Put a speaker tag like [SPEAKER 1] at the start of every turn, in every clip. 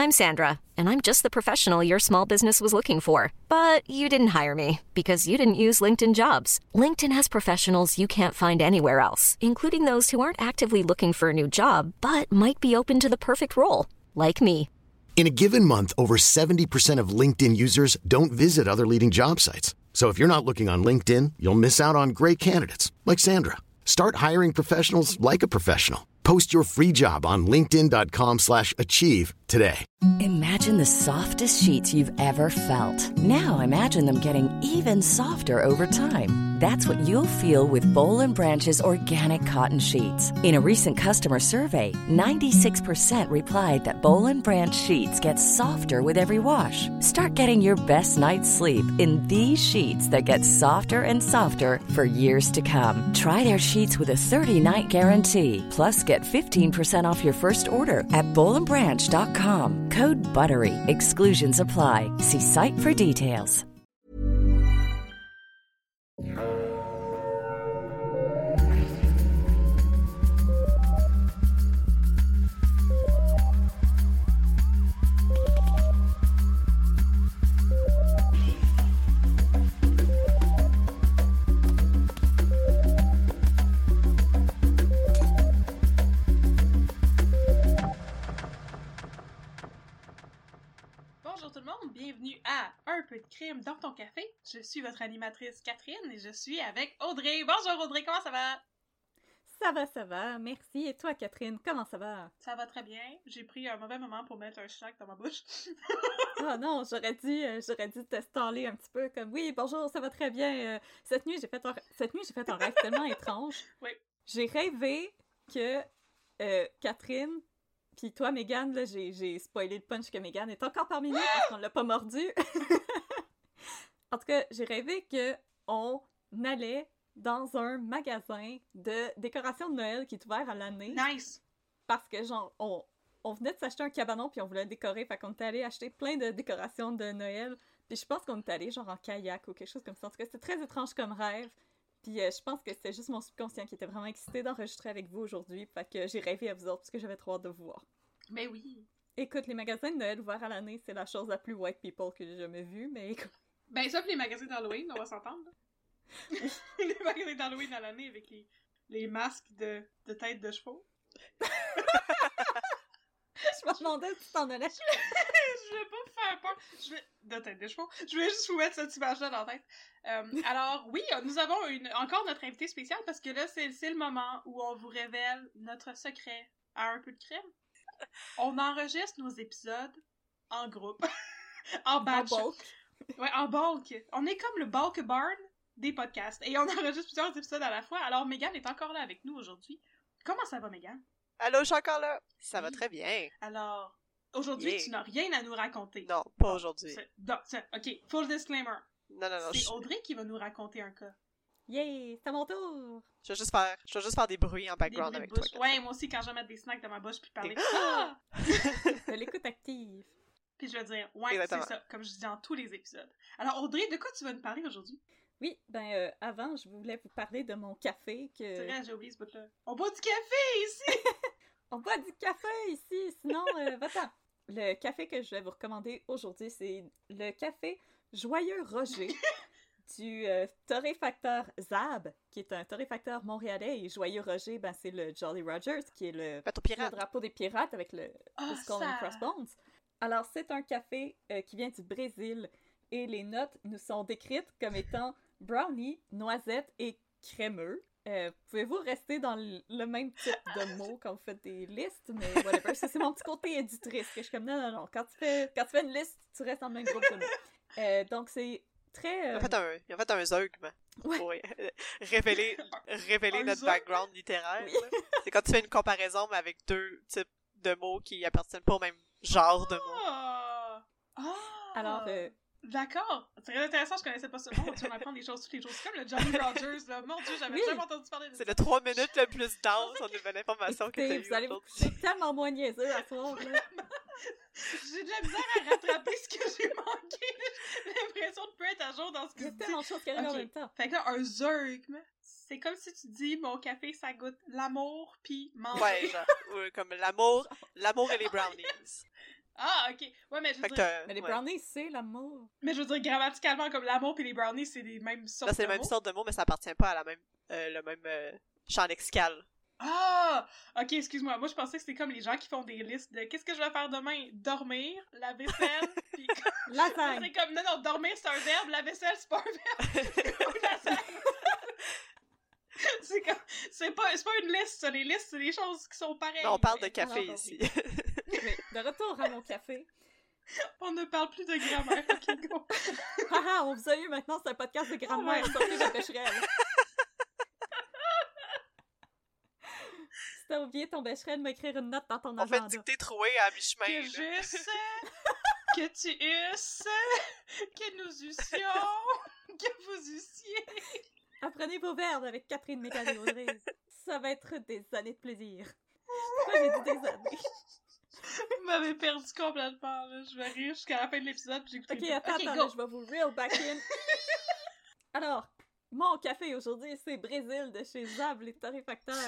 [SPEAKER 1] I'm Sandra, and I'm just the professional your small business was looking for. But you didn't hire me because you didn't use LinkedIn Jobs. LinkedIn has professionals you can't find anywhere else, including those who aren't actively looking for a new job, but might be open to the perfect role, like me.
[SPEAKER 2] In a given month, over 70% of LinkedIn users don't visit other leading job sites. So if you're not looking on LinkedIn, you'll miss out on great candidates like Sandra. Start hiring professionals like a professional. Post your free job on linkedin.com/achieve today.
[SPEAKER 3] Imagine the softest sheets you've ever felt. Now imagine them getting even softer over time. That's what you'll feel with Boll & Branch's organic cotton sheets. In a recent customer survey, 96% replied that Boll & Branch sheets get softer with every wash. Start getting your best night's sleep in these sheets that get softer and softer for years to come. Try their sheets with a 30-night guarantee. Plus, get 15% off your first order at bollandbranch.com. Code BUTTERY. Exclusions apply. See site for details.
[SPEAKER 4] Bonjour tout le monde, bienvenue à Un peu de crime dans ton café. Je suis votre animatrice Catherine et je suis avec Audrey. Bonjour Audrey, comment ça va?
[SPEAKER 5] Ça va, merci. Et toi, Catherine, comment ça va?
[SPEAKER 4] Ça va très bien. J'ai pris un mauvais moment pour mettre un snack dans ma bouche.
[SPEAKER 5] Oh non, j'aurais dû te staller un petit peu comme oui, bonjour, ça va très bien. Cette nuit, j'ai fait un rêve tellement étrange.
[SPEAKER 4] Oui.
[SPEAKER 5] J'ai rêvé que Catherine, puis toi, Mégane, là, j'ai spoilé le punch que Mégane est encore parmi nous parce qu'on l'a pas mordu. En tout cas, j'ai rêvé que on allait dans un magasin de décoration de Noël qui est ouvert à l'année.
[SPEAKER 4] Nice!
[SPEAKER 5] Parce que, genre, on venait de s'acheter un cabanon puis on voulait le décorer. Fait qu'on était allé acheter plein de décorations de Noël. Puis je pense qu'on est allé, genre, en kayak ou quelque chose comme ça. En tout cas, c'était très étrange comme rêve. Puis je pense que c'était juste mon subconscient qui était vraiment excité d'enregistrer avec vous aujourd'hui. Fait que j'ai rêvé à vous autres parce que j'avais trop hâte de vous voir.
[SPEAKER 4] Mais oui!
[SPEAKER 5] Écoute, les magasins de Noël ouverts à l'année, c'est la chose la plus white people que j'ai jamais vue, mais écoute...
[SPEAKER 4] Ben sauf les magasins d'Halloween, on va s'entendre. Les magasins d'Halloween à l'année avec les masques de tête de chevaux.
[SPEAKER 5] Je me demandais si tu t'en allais.
[SPEAKER 4] Je vais pas vous faire peur. De tête de chevaux. Je voulais juste vous mettre cette image-là dans la tête. Alors, oui, nous avons encore notre invité spécial parce que là, c'est le moment où on vous révèle notre secret à Un peu de crime. On enregistre nos épisodes en groupe. En batch.
[SPEAKER 5] En bulk.
[SPEAKER 4] Ouais, en bulk. On est comme le bulk barn des podcasts. Et on enregistre plusieurs épisodes à la fois. Alors, Mégane est encore là avec nous aujourd'hui. Comment ça va, Mégane?
[SPEAKER 6] Allô, je suis encore là. Ça va très bien.
[SPEAKER 4] Alors, aujourd'hui, tu n'as rien à nous raconter.
[SPEAKER 6] Non, pas aujourd'hui.
[SPEAKER 4] OK, full disclaimer.
[SPEAKER 6] Non.
[SPEAKER 4] C'est Audrey qui va nous raconter un cas.
[SPEAKER 5] Yay, c'est à mon tour!
[SPEAKER 6] Je vais juste faire des bruits en background avec toi.
[SPEAKER 4] Ouais, moi aussi, quand je vais mettre des snacks dans ma bouche puis parler.
[SPEAKER 6] Ah!
[SPEAKER 5] De l'écoute active.
[SPEAKER 4] Puis je vais dire, ouais, exactement. C'est ça, comme je dis dans tous les épisodes. Alors, Audrey, de quoi tu vas nous parler aujourd'hui?
[SPEAKER 5] Oui, avant, je voulais vous parler de mon café que...
[SPEAKER 4] C'est vrai, j'ai oublié ce bout-là. On boit du café ici!
[SPEAKER 5] On boit du café ici, sinon, va-t'en! Le café que je vais vous recommander aujourd'hui, c'est le café Joyeux Roger du torréfacteur Zab, qui est un torréfacteur montréalais, et Joyeux Roger, ben c'est le Jolly Rogers, qui est le drapeau des pirates avec le Skull and Crossbones. Alors, c'est un café qui vient du Brésil, et les notes nous sont décrites comme étant brownie, noisette et crémeux. Pouvez-vous rester dans le même type de mots quand vous faites des listes, mais whatever, ça c'est mon petit côté éditrice, que je suis comme non, quand tu fais une liste, tu restes dans le même groupe de mots. Donc c'est très...
[SPEAKER 6] Ils ont fait un zeugme pour révéler notre background littéraire. Oui. C'est quand tu fais une comparaison mais avec deux types de mots qui appartiennent pas au même genre de mots.
[SPEAKER 5] Alors,
[SPEAKER 4] d'accord. C'est très intéressant, je connaissais pas ce mot. Tu vas m'apprendre des choses tous les jours. C'est comme le Jolly Rogers, là. Mon Dieu, j'avais jamais entendu parler de ça.
[SPEAKER 6] C'est le 3 minutes le plus dense en nouvelle information que t'as eu.
[SPEAKER 5] Vous allez vous coucher tellement moins niaiseux à soir, là.
[SPEAKER 4] J'ai de la misère à rattraper ce que j'ai manqué. J'ai l'impression de plus être à jour dans ce que tu dis.
[SPEAKER 5] Il y a tellement de choses qui arrivent en même temps.
[SPEAKER 4] Fait que là, un zeugme, c'est comme si tu dis, mon café, ça goûte l'amour pis manger.
[SPEAKER 6] Ouais, genre, comme l'amour et les brownies.
[SPEAKER 4] Ah, ok. Ouais, mais je veux dire...
[SPEAKER 5] Mais les brownies, c'est l'amour.
[SPEAKER 4] Mais je veux dire, grammaticalement, comme l'amour et les brownies, c'est les mêmes sortes de mots.
[SPEAKER 6] C'est les mêmes sortes de mots, mais ça appartient pas à la même, le même champ lexical.
[SPEAKER 4] Ah! Ok, excuse-moi. Moi, je pensais que c'était comme les gens qui font des listes de qu'est-ce que je vais faire demain? Dormir, la vaisselle, pis...
[SPEAKER 5] Lasagne!
[SPEAKER 4] C'est comme, non, dormir, c'est un verbe, la vaisselle, c'est pas un verbe. C'est comme lasagne. C'est comme, c'est pas une liste, ça. Les listes, c'est des choses qui sont pareilles.
[SPEAKER 6] Non, on parle de café ici.
[SPEAKER 5] Mais de retour à mon café.
[SPEAKER 4] On ne parle plus de grammaire. Ok, go.
[SPEAKER 5] Haha, on vous a eu maintenant, c'est un podcast de grammaire.
[SPEAKER 4] Ouais.
[SPEAKER 5] Sortez de Becherel. Si t'as oublié ton Becherel, m'écrire une note dans ton
[SPEAKER 6] On fait
[SPEAKER 5] agenda.
[SPEAKER 6] une dictée trouée à mi-chemin.
[SPEAKER 4] Que j'eusse, que tu eusses, que nous eussions, que vous eussiez.
[SPEAKER 5] Apprenez vos verbes avec Catherine Mécano-Audrey. Ça va être des années de plaisir. Pourquoi j'ai dit des années?
[SPEAKER 4] Vous m'avez perdu complètement, là. Je vais rire jusqu'à la fin de l'épisode, puis j'écoute.
[SPEAKER 5] Ok, attends, là, je vais vous reel back in. Alors, mon café aujourd'hui, c'est Brésil de chez Zab, les torréfacteurs.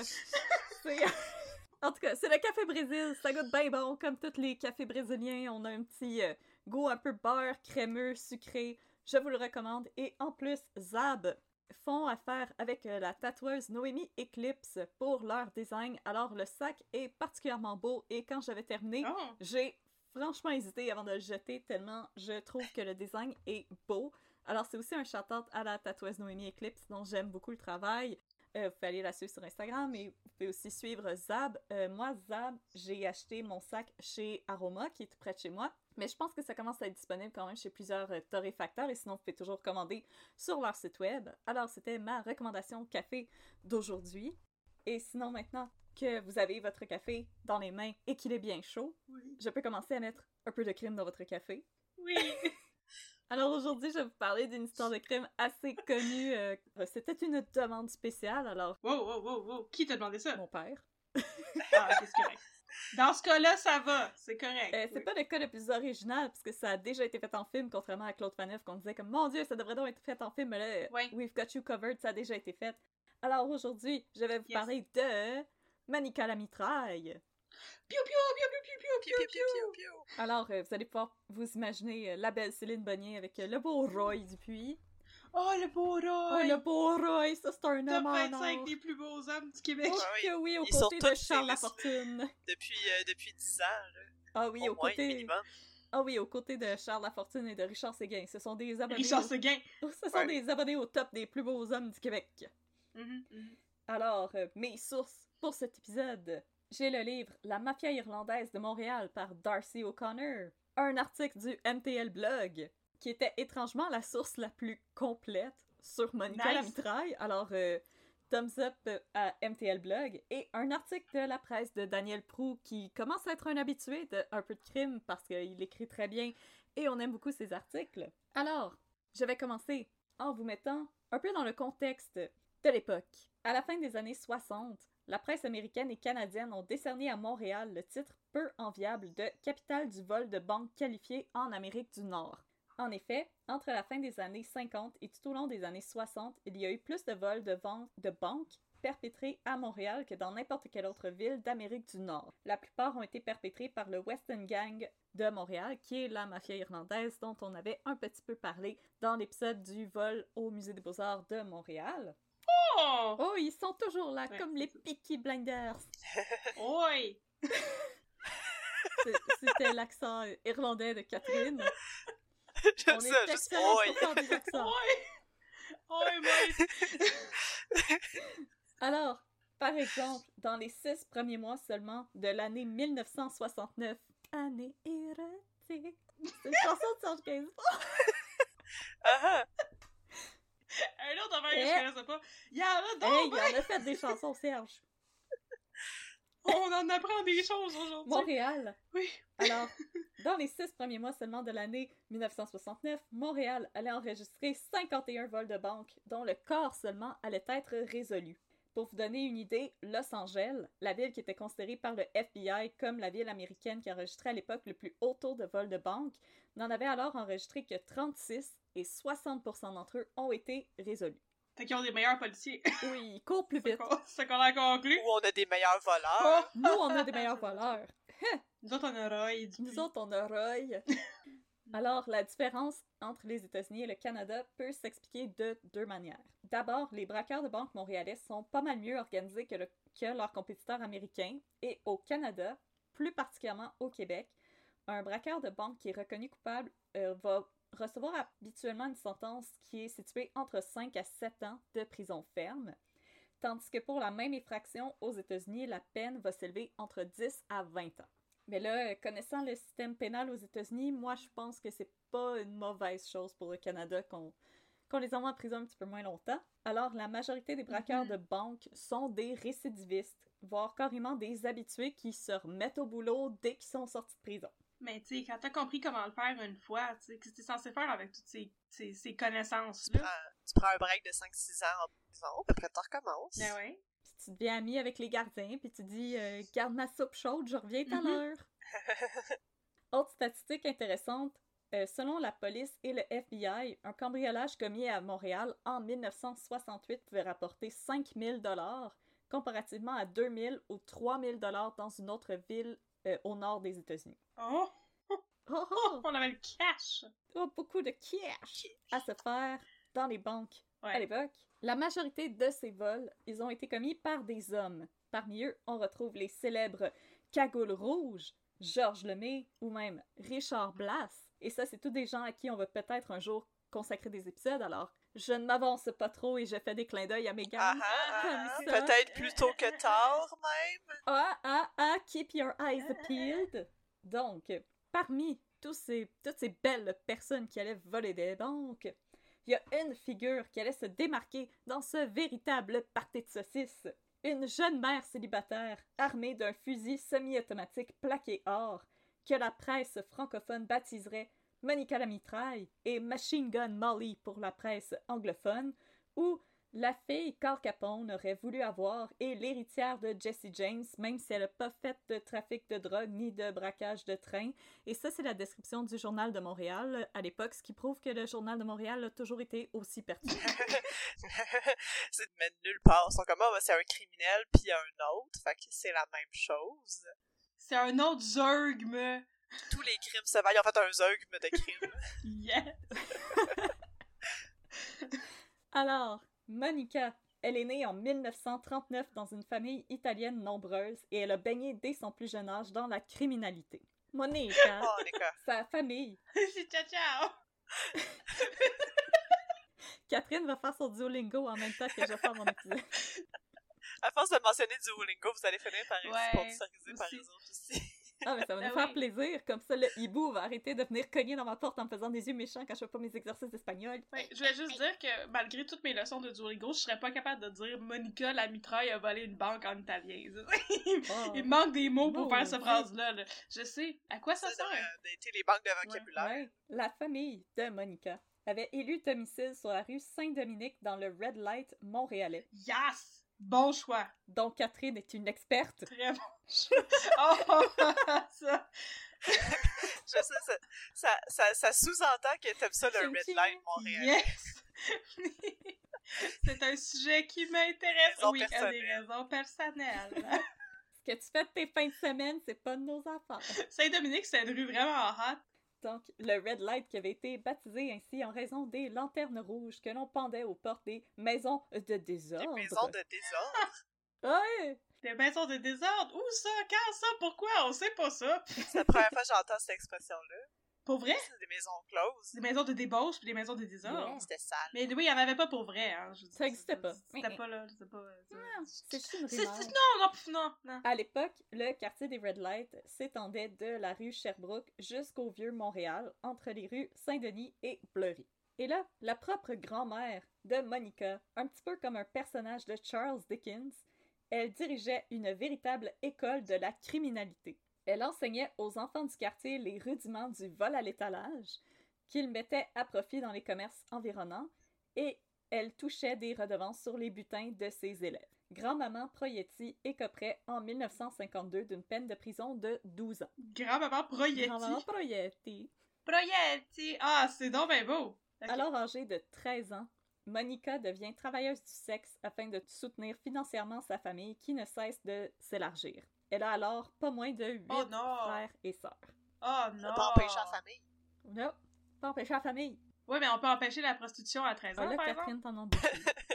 [SPEAKER 5] En tout cas, c'est le café Brésil. Ça goûte bien bon, comme tous les cafés brésiliens. On a un petit goût un peu beurre, crémeux, sucré. Je vous le recommande. Et en plus, Zab font affaire avec la tatoueuse Noémie Eclipse pour leur design. Alors, le sac est particulièrement beau et quand j'avais terminé, j'ai franchement hésité avant de le jeter tellement je trouve que le design est beau. Alors, c'est aussi un shout-out à la tatoueuse Noémie Eclipse dont j'aime beaucoup le travail. Vous pouvez aller la suivre sur Instagram et vous pouvez aussi suivre Zab. Moi, Zab, j'ai acheté mon sac chez Aroma, qui est tout près de chez moi. Mais je pense que ça commence à être disponible quand même chez plusieurs torréfacteurs et sinon, vous pouvez toujours commander sur leur site web. Alors, c'était ma recommandation café d'aujourd'hui. Et sinon, maintenant que vous avez votre café dans les mains et qu'il est bien chaud, je peux commencer à mettre un peu de crème dans votre café.
[SPEAKER 4] Oui!
[SPEAKER 5] Alors aujourd'hui, je vais vous parler d'une histoire de crime assez connue. C'était une demande spéciale, alors...
[SPEAKER 4] Wow! Qui t'a demandé ça?
[SPEAKER 5] Mon père.
[SPEAKER 4] Ah, ok, c'est correct. Dans ce cas-là, ça va, c'est correct.
[SPEAKER 5] C'est pas le cas le plus original, parce que ça a déjà été fait en film, contrairement à Claude Faneuf, qu'on disait comme « Mon Dieu, ça devrait donc être fait en film, mais là, we've got you covered, ça a déjà été fait. » Alors aujourd'hui, je vais vous parler de Manika la mitraille.
[SPEAKER 4] Piou, piou, piou, piou, piou, piou, piou, piou, piou.
[SPEAKER 5] Alors, vous allez pouvoir vous imaginer la belle Céline Bonnier avec le beau Roy Dupuis.
[SPEAKER 4] Oh, le beau Roy!
[SPEAKER 5] Oh, le beau Roy, ça c'est un homme
[SPEAKER 4] Top
[SPEAKER 5] en
[SPEAKER 4] 25
[SPEAKER 5] or.
[SPEAKER 4] des plus beaux hommes du Québec.
[SPEAKER 5] Oh que oui, aux
[SPEAKER 6] Ils sont
[SPEAKER 5] côtés de
[SPEAKER 6] tous
[SPEAKER 5] Charles
[SPEAKER 6] famous.
[SPEAKER 5] Lafortune.
[SPEAKER 6] Depuis 10 ans, là.
[SPEAKER 5] Ah oui,
[SPEAKER 6] Au moins, minimum.
[SPEAKER 5] Ah oui, aux côtés de Charles Lafortune et de Richard Séguin. Ce sont des abonnés.
[SPEAKER 4] Richard Séguin!
[SPEAKER 5] Ce sont des abonnés au top des plus beaux hommes du Québec. Alors, mes sources pour cet épisode. J'ai le livre La mafia irlandaise de Montréal par Darcy O'Connor. Un article du MTL Blog, qui était étrangement la source la plus complète sur Manika la mitraille. Alors, thumbs up à MTL Blog. Et un article de la presse de Daniel Proulx, qui commence à être un habitué de Un peu de crime, parce qu'il écrit très bien, et on aime beaucoup ses articles. Alors, je vais commencer en vous mettant un peu dans le contexte de l'époque. À la fin des années 60, la presse américaine et canadienne ont décerné à Montréal le titre peu enviable de capitale du vol de banque qualifié en Amérique du Nord. En effet, entre la fin des années 50 et tout au long des années 60, il y a eu plus de vols de banques perpétrés à Montréal que dans n'importe quelle autre ville d'Amérique du Nord. La plupart ont été perpétrés par le Western Gang de Montréal, qui est la mafia irlandaise dont on avait un petit peu parlé dans l'épisode du vol au Musée des Beaux-Arts de Montréal. Oh, ils sont toujours là, comme les Peaky Blinders.
[SPEAKER 4] Oui!
[SPEAKER 5] C'était l'accent irlandais de Catherine.
[SPEAKER 6] J'aime ça, juste oi!
[SPEAKER 5] Alors, par exemple, dans les 6 premiers mois seulement de l'année 1969, année érotique. C'est une chanson de Serge Gainsbourg.
[SPEAKER 4] Un autre affaire que je connaissais pas. Il y en a d'autres!
[SPEAKER 5] Hey, il en a fait des chansons, Serge.
[SPEAKER 4] On en apprend des choses aujourd'hui.
[SPEAKER 5] Montréal.
[SPEAKER 4] Oui.
[SPEAKER 5] Alors, dans les 6 premiers mois seulement de l'année 1969, Montréal allait enregistrer 51 vols de banque, dont le quart seulement allait être résolu. Pour vous donner une idée, Los Angeles, la ville qui était considérée par le FBI comme la ville américaine qui enregistrait à l'époque le plus haut taux de vols de banque, n'en avait alors enregistré que 36 et 60% d'entre eux ont été résolus.
[SPEAKER 4] Fait qu'ils ont des meilleurs policiers.
[SPEAKER 5] Oui, ils courent plus vite.
[SPEAKER 4] C'est qu'on a conclu.
[SPEAKER 6] Ou on a des meilleurs voleurs.
[SPEAKER 5] Nous, on a des meilleurs voleurs.
[SPEAKER 4] Nous autres, on a Roy.
[SPEAKER 5] Nous autres, on a Roy. Alors, la différence entre les États-Unis et le Canada peut s'expliquer de deux manières. D'abord, les braqueurs de banque montréalais sont pas mal mieux organisés que leurs compétiteurs américains. Et au Canada, plus particulièrement au Québec, un braqueur de banque qui est reconnu coupable va recevoir habituellement une sentence qui est située entre 5 à 7 ans de prison ferme. Tandis que pour la même effraction aux États-Unis, la peine va s'élever entre 10 à 20 ans. Mais là, connaissant le système pénal aux États-Unis, moi, je pense que c'est pas une mauvaise chose pour le Canada qu'on les envoie en prison un petit peu moins longtemps. Alors, la majorité des braqueurs de banque sont des récidivistes, voire carrément des habitués qui se remettent au boulot dès qu'ils sont sortis de prison.
[SPEAKER 4] Mais tu sais, quand t'as compris comment le faire une fois, tu sais, qu'est-ce que t'es censé faire avec toutes ces connaissances-là?
[SPEAKER 6] Tu prends un break de 5-6 ans en prison, puis après tu recommences.
[SPEAKER 4] Ben ouais.
[SPEAKER 5] Puis tu deviens ami avec les gardiens, puis tu dis « Garde ma soupe chaude, je reviens tout à l'heure. » Autre statistique intéressante, selon la police et le FBI, un cambriolage commis à Montréal en 1968 pouvait rapporter 5 000 $, comparativement à 2 000 ou 3 000 $ dans une autre ville au nord des États-Unis.
[SPEAKER 4] Oh!
[SPEAKER 5] Oh!
[SPEAKER 4] On avait le cash!
[SPEAKER 5] Oh, beaucoup de cash à se faire dans les banques
[SPEAKER 4] Ouais.
[SPEAKER 5] à l'époque. La majorité de ces vols, ils ont été commis par des hommes. Parmi eux, on retrouve les célèbres Cagoules Rouges, Georges Lemay ou même Richard Blas. Et ça, c'est tous des gens à qui on va peut-être un jour consacrer des épisodes, alors je ne m'avance pas trop et je fais des clins d'œil à mes gars. Comme ça.
[SPEAKER 6] Peut-être plus tôt que tard, même.
[SPEAKER 5] Keep your eyes peeled. Donc, parmi toutes ces belles personnes qui allaient voler des banques, il y a une figure qui allait se démarquer dans ce véritable party de saucisses. Une jeune mère célibataire, armée d'un fusil semi-automatique plaqué or, que la presse francophone baptiserait Monica la mitraille et Machine Gun Molly pour la presse anglophone, ou la fille qu'Al Capone aurait voulu avoir et l'héritière de Jesse James, même si elle n'a pas fait de trafic de drogue ni de braquage de train. Et ça, c'est la description du Journal de Montréal à l'époque, ce qui prouve que le Journal de Montréal a toujours été aussi pertinent.
[SPEAKER 6] C'est de mettre nulle part. Ils sont comme, c'est un criminel, puis il y a un autre. Fait que c'est la même chose.
[SPEAKER 4] C'est un autre zeugme!
[SPEAKER 6] Tous les crimes se valent. Ils ont fait un zeugme de crimes.
[SPEAKER 4] Yes!
[SPEAKER 5] Alors, Monica, elle est née en 1939 dans une famille italienne nombreuse et elle a baigné dès son plus jeune âge dans la criminalité. Monica, sa famille...
[SPEAKER 4] C'est ciao!
[SPEAKER 5] Catherine va faire son Duolingo en même temps que je vais faire mon épisode.
[SPEAKER 6] À force de mentionner Duolingo, vous allez finir par être sponsorisé par les autres aussi.
[SPEAKER 5] Ah, mais ça va nous faire plaisir. Comme ça, le hibou va arrêter de venir cogner dans ma porte en me faisant des yeux méchants quand je fais pas mes exercices d'espagnol.
[SPEAKER 4] Ouais, je voulais juste dire que malgré toutes mes leçons de Duolingo, je serais pas capable de dire Monica la mitraille a volé une banque en italien. Il me manque des mots pour faire cette phrase-là. Là. Je sais. À quoi ça sert?
[SPEAKER 6] D'être les banques de vocabulaire.
[SPEAKER 5] Ouais. La famille de Monica avait élu domicile sur la rue Saint-Dominique dans le Red Light montréalais.
[SPEAKER 4] Yes! Bon choix!
[SPEAKER 5] Donc Catherine est une experte.
[SPEAKER 4] Très bon choix! Oh! Ça!
[SPEAKER 6] Je sais, ça sous-entend que t'aimes ça, le Red Light montréalais.
[SPEAKER 4] Yes! C'est un sujet qui m'intéresse. Oui, à des raisons personnelles.
[SPEAKER 5] Ce que tu fais de tes fins de semaine, c'est pas de nos affaires.
[SPEAKER 4] Saint-Dominique, c'est une rue vraiment hot.
[SPEAKER 5] Donc, le Red Light qui avait été baptisé ainsi en raison des lanternes rouges que l'on pendait aux portes des maisons de désordre.
[SPEAKER 6] Des maisons de désordre?
[SPEAKER 5] Ouais!
[SPEAKER 4] Des maisons de désordre? Où ça? Quand ça? Pourquoi? On sait pas ça.
[SPEAKER 6] C'est la première fois que j'entends cette expression-là.
[SPEAKER 4] Pour vrai?
[SPEAKER 6] C'est des maisons closes.
[SPEAKER 4] Des maisons de débauche puis des maisons de désordre.
[SPEAKER 6] Yeah. C'était sale.
[SPEAKER 4] Mais oui, il y en avait pas pour vrai. Hein.
[SPEAKER 5] Ça existait pas.
[SPEAKER 4] C'était pas là. C'était pas...
[SPEAKER 5] C'est juste une rumeur.
[SPEAKER 4] Non.
[SPEAKER 5] À l'époque, le quartier des Red Light s'étendait de la rue Sherbrooke jusqu'au Vieux-Montréal, entre les rues Saint-Denis et Bleury. Et là, la propre grand-mère de Monica, un petit peu comme un personnage de Charles Dickens, elle dirigeait une véritable école de la criminalité. Elle enseignait aux enfants du quartier les rudiments du vol à l'étalage, qu'ils mettaient à profit dans les commerces environnants, et elle touchait des redevances sur les butins de ses élèves. Grand-maman Proietti écoperait en 1952 d'une peine de prison de 12 ans.
[SPEAKER 4] Grand-maman Proietti.
[SPEAKER 5] Grand-maman Proietti.
[SPEAKER 4] Proietti! Ah, c'est donc ben beau! Okay.
[SPEAKER 5] Alors âgée de 13 ans, Monica devient travailleuse du sexe afin de soutenir financièrement sa famille qui ne cesse de s'élargir. Elle a alors pas moins de 8 frères et sœurs.
[SPEAKER 4] Oh non!
[SPEAKER 6] On peut empêcher la famille.
[SPEAKER 5] Non, pas empêcher la famille.
[SPEAKER 4] Oui, mais on peut empêcher la prostitution à 13 ans,
[SPEAKER 5] là,
[SPEAKER 4] par
[SPEAKER 5] Catherine,
[SPEAKER 4] exemple.
[SPEAKER 5] t'en as beaucoup.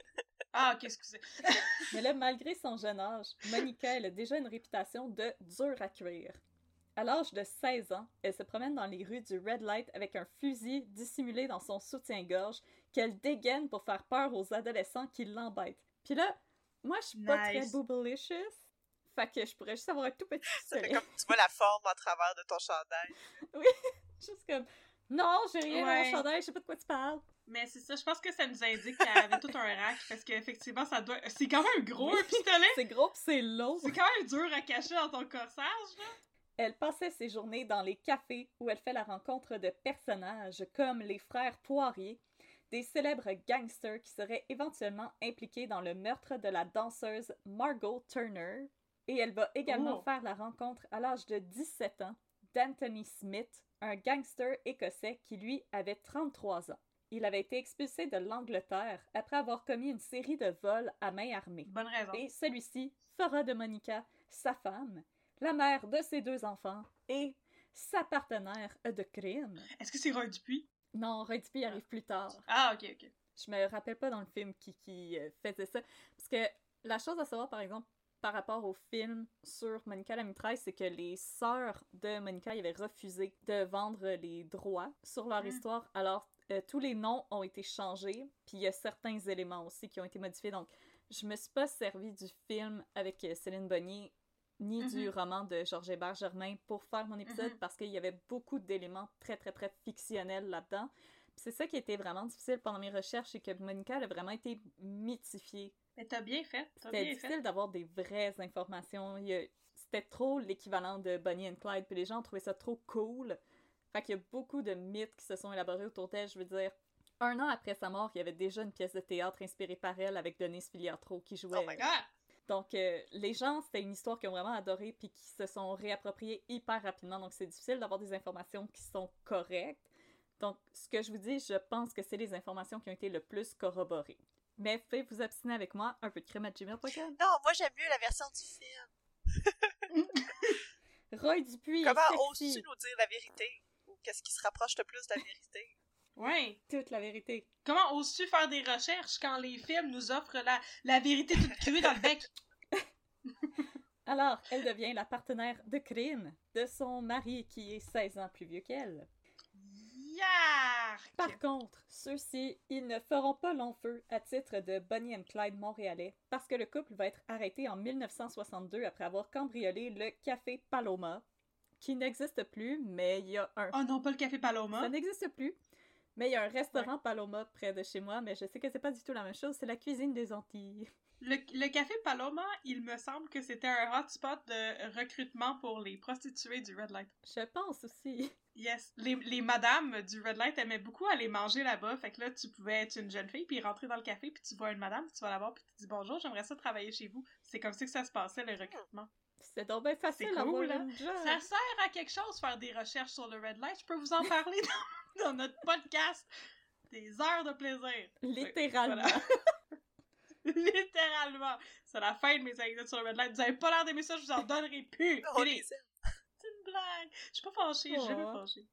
[SPEAKER 4] Ah, ok, excusez.
[SPEAKER 5] Mais là, malgré son jeune âge, Monica, elle a déjà une réputation de dure à cuire. À l'âge de 16 ans, elle se promène dans les rues du Red Light avec un fusil dissimulé dans son soutien-gorge qu'elle dégaine pour faire peur aux adolescents qui l'embêtent. Puis là, moi, je suis pas très boobalicious, fait que je pourrais juste avoir un tout petit pistolet.
[SPEAKER 6] Ça fait comme tu vois la forme en travers de ton chandail.
[SPEAKER 5] Oui, juste comme... Non, j'ai rien dans mon chandail, je sais pas de quoi tu parles.
[SPEAKER 4] Mais c'est ça, je pense que ça nous indique qu'elle avait tout un rack, parce qu'effectivement, ça doit... C'est quand même gros, un pistolet!
[SPEAKER 5] C'est gros pis c'est long!
[SPEAKER 4] C'est quand même dur à cacher dans ton corsage, là!
[SPEAKER 5] Elle passait ses journées dans les cafés où elle fait la rencontre de personnages comme les frères Poirier, des célèbres gangsters qui seraient éventuellement impliqués dans le meurtre de la danseuse Margot Turner. Et elle va également faire la rencontre à l'âge de 17 ans d'Anthony Smith, un gangster écossais qui, lui, avait 33 ans. Il avait été expulsé de l'Angleterre après avoir commis une série de vols à main armée.
[SPEAKER 4] Bonne raison.
[SPEAKER 5] Et celui-ci fera de Monica sa femme, la mère de ses 2 enfants et sa partenaire de crime.
[SPEAKER 4] Est-ce que c'est Roy Dupuis?
[SPEAKER 5] Non, Roy Dupuis arrive plus tard.
[SPEAKER 4] Ah, ok.
[SPEAKER 5] Je me rappelle pas dans le film qui faisait ça. Parce que la chose à savoir, par exemple, par rapport au film sur Monica la mitraille, c'est que les sœurs de Monica avaient refusé de vendre les droits sur leur histoire. Alors, tous les noms ont été changés, puis il y a certains éléments aussi qui ont été modifiés. Donc, je me suis pas servi du film avec Céline Bonnier ni du roman de Georges Hébert Germain pour faire mon épisode parce qu'il y avait beaucoup d'éléments très, très, très fictionnels là-dedans. Puis c'est ça qui était vraiment difficile pendant mes recherches, c'est que Monica elle a vraiment été mythifiée.
[SPEAKER 4] Mais t'as bien fait.
[SPEAKER 5] C'était difficile d'avoir des vraies informations. C'était trop l'équivalent de Bonnie and Clyde, puis les gens trouvaient ça trop cool. Fait qu'il y a beaucoup de mythes qui se sont élaborés autour d'elle. Je veux dire, 1 an après sa mort, il y avait déjà une pièce de théâtre inspirée par elle avec Denise Filiatro qui jouait.
[SPEAKER 4] Oh my God!
[SPEAKER 5] Donc, les gens, c'était une histoire qu'ils ont vraiment adorée puis qui se sont réappropriées hyper rapidement. Donc, c'est difficile d'avoir des informations qui sont correctes. Donc, ce que je vous dis, je pense que c'est les informations qui ont été le plus corroborées. Mais faites vous abstiner avec moi, un peu de crème à gmail.com.
[SPEAKER 6] Non, moi j'aime mieux la version du film.
[SPEAKER 5] Roy Dupuis.
[SPEAKER 6] Comment oses-tu nous dire la vérité? Ou qu'est-ce qui se rapproche le plus de la vérité?
[SPEAKER 4] Ouais.
[SPEAKER 5] Toute la vérité.
[SPEAKER 4] Comment oses-tu faire des recherches quand les films nous offrent la vérité toute crue dans le bec?
[SPEAKER 5] Alors, elle devient la partenaire de crime de son mari qui est 16 ans plus vieux qu'elle.
[SPEAKER 4] Yark!
[SPEAKER 5] Par contre, ceux-ci, ils ne feront pas long feu à titre de Bonnie and Clyde montréalais parce que le couple va être arrêté en 1962 après avoir cambriolé le Café Paloma, qui n'existe plus, mais il y a un...
[SPEAKER 4] Oh non, pas le Café Paloma!
[SPEAKER 5] Ça n'existe plus, mais il y a un restaurant Paloma près de chez moi, mais je sais que c'est pas du tout la même chose, c'est la cuisine des Antilles.
[SPEAKER 4] Le Café Paloma, il me semble que c'était un hotspot de recrutement pour les prostituées du Red Light.
[SPEAKER 5] Je pense aussi.
[SPEAKER 4] Yes. Les madames du Red Light aimaient beaucoup aller manger là-bas. Fait que là, tu pouvais être une jeune fille, puis rentrer dans le café, puis tu vois une madame, puis tu vas la voir, puis tu dis « Bonjour, j'aimerais ça travailler chez vous. » C'est comme ça que ça se passait, le recrutement.
[SPEAKER 5] C'est donc bien facile
[SPEAKER 4] C'est
[SPEAKER 5] à
[SPEAKER 4] cool,
[SPEAKER 5] avoir
[SPEAKER 4] hein?
[SPEAKER 5] une job.
[SPEAKER 4] Ça sert à quelque chose, faire des recherches sur le Red Light. Je peux vous en parler dans notre podcast. Des heures de plaisir.
[SPEAKER 5] Littéralement.
[SPEAKER 4] Voilà. Littéralement. C'est la fin de mes anecdotes sur le Red Light. Vous avez pas l'air d'aimer ça, je vous en donnerai plus.
[SPEAKER 6] On les aime.
[SPEAKER 4] C'est une blague. Je suis pas fâchée, je suis jamais fâchée.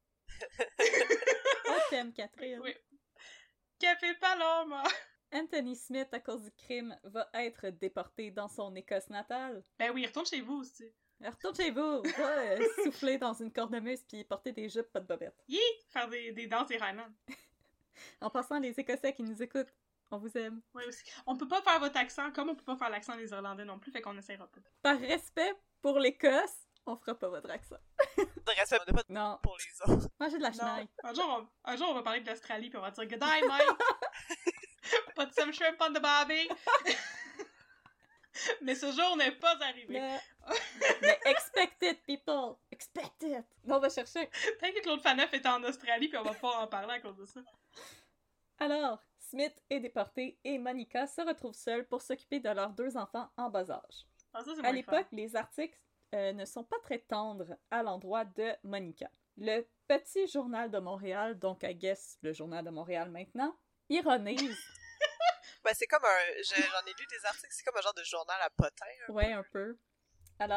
[SPEAKER 5] On t'aime, Catherine.
[SPEAKER 4] Oui. Café Paloma.
[SPEAKER 5] Anthony Smith, à cause du crime, va être déporté dans son Écosse natale.
[SPEAKER 4] Ben oui, retourne chez vous aussi.
[SPEAKER 5] Retourne chez vous, va souffler dans une cornemuse puis porter des jupes, pas de bobettes.
[SPEAKER 4] Yee! Faire des danses Highland.
[SPEAKER 5] En passant, les Écossais qui nous écoutent, on vous aime.
[SPEAKER 4] Oui, aussi. On peut pas faire votre accent, comme on peut pas faire l'accent des Irlandais non plus, fait qu'on essaiera pas.
[SPEAKER 5] Par respect pour l'Écosse, on fera pas votre accent.
[SPEAKER 6] De respect, pas
[SPEAKER 5] Non.
[SPEAKER 6] pour les autres.
[SPEAKER 5] Mangez de la chenaille.
[SPEAKER 4] Un jour, on va parler de l'Australie, puis on va dire « Good day, Mike! Put some shrimp on the barbie! » Mais ce jour n'est pas arrivé.
[SPEAKER 5] Mais expect it, people! Expect it! Non, on va chercher.
[SPEAKER 4] Peut-être que Claude Faneuf était en Australie, puis on va pas en parler à cause de ça.
[SPEAKER 5] Alors, Smith est déporté et Monica se retrouve seule pour s'occuper de leurs 2 enfants en bas âge.
[SPEAKER 4] Ah, ça, c'est
[SPEAKER 5] À l'époque, les articles ne sont pas très tendres à l'endroit de Monica. Le Petit Journal de Montréal, donc I guess le Journal de Montréal maintenant, ironise.
[SPEAKER 6] Ben, c'est comme j'en ai lu des articles, c'est comme un genre de journal à potin.
[SPEAKER 5] Ouais, un peu. Alors,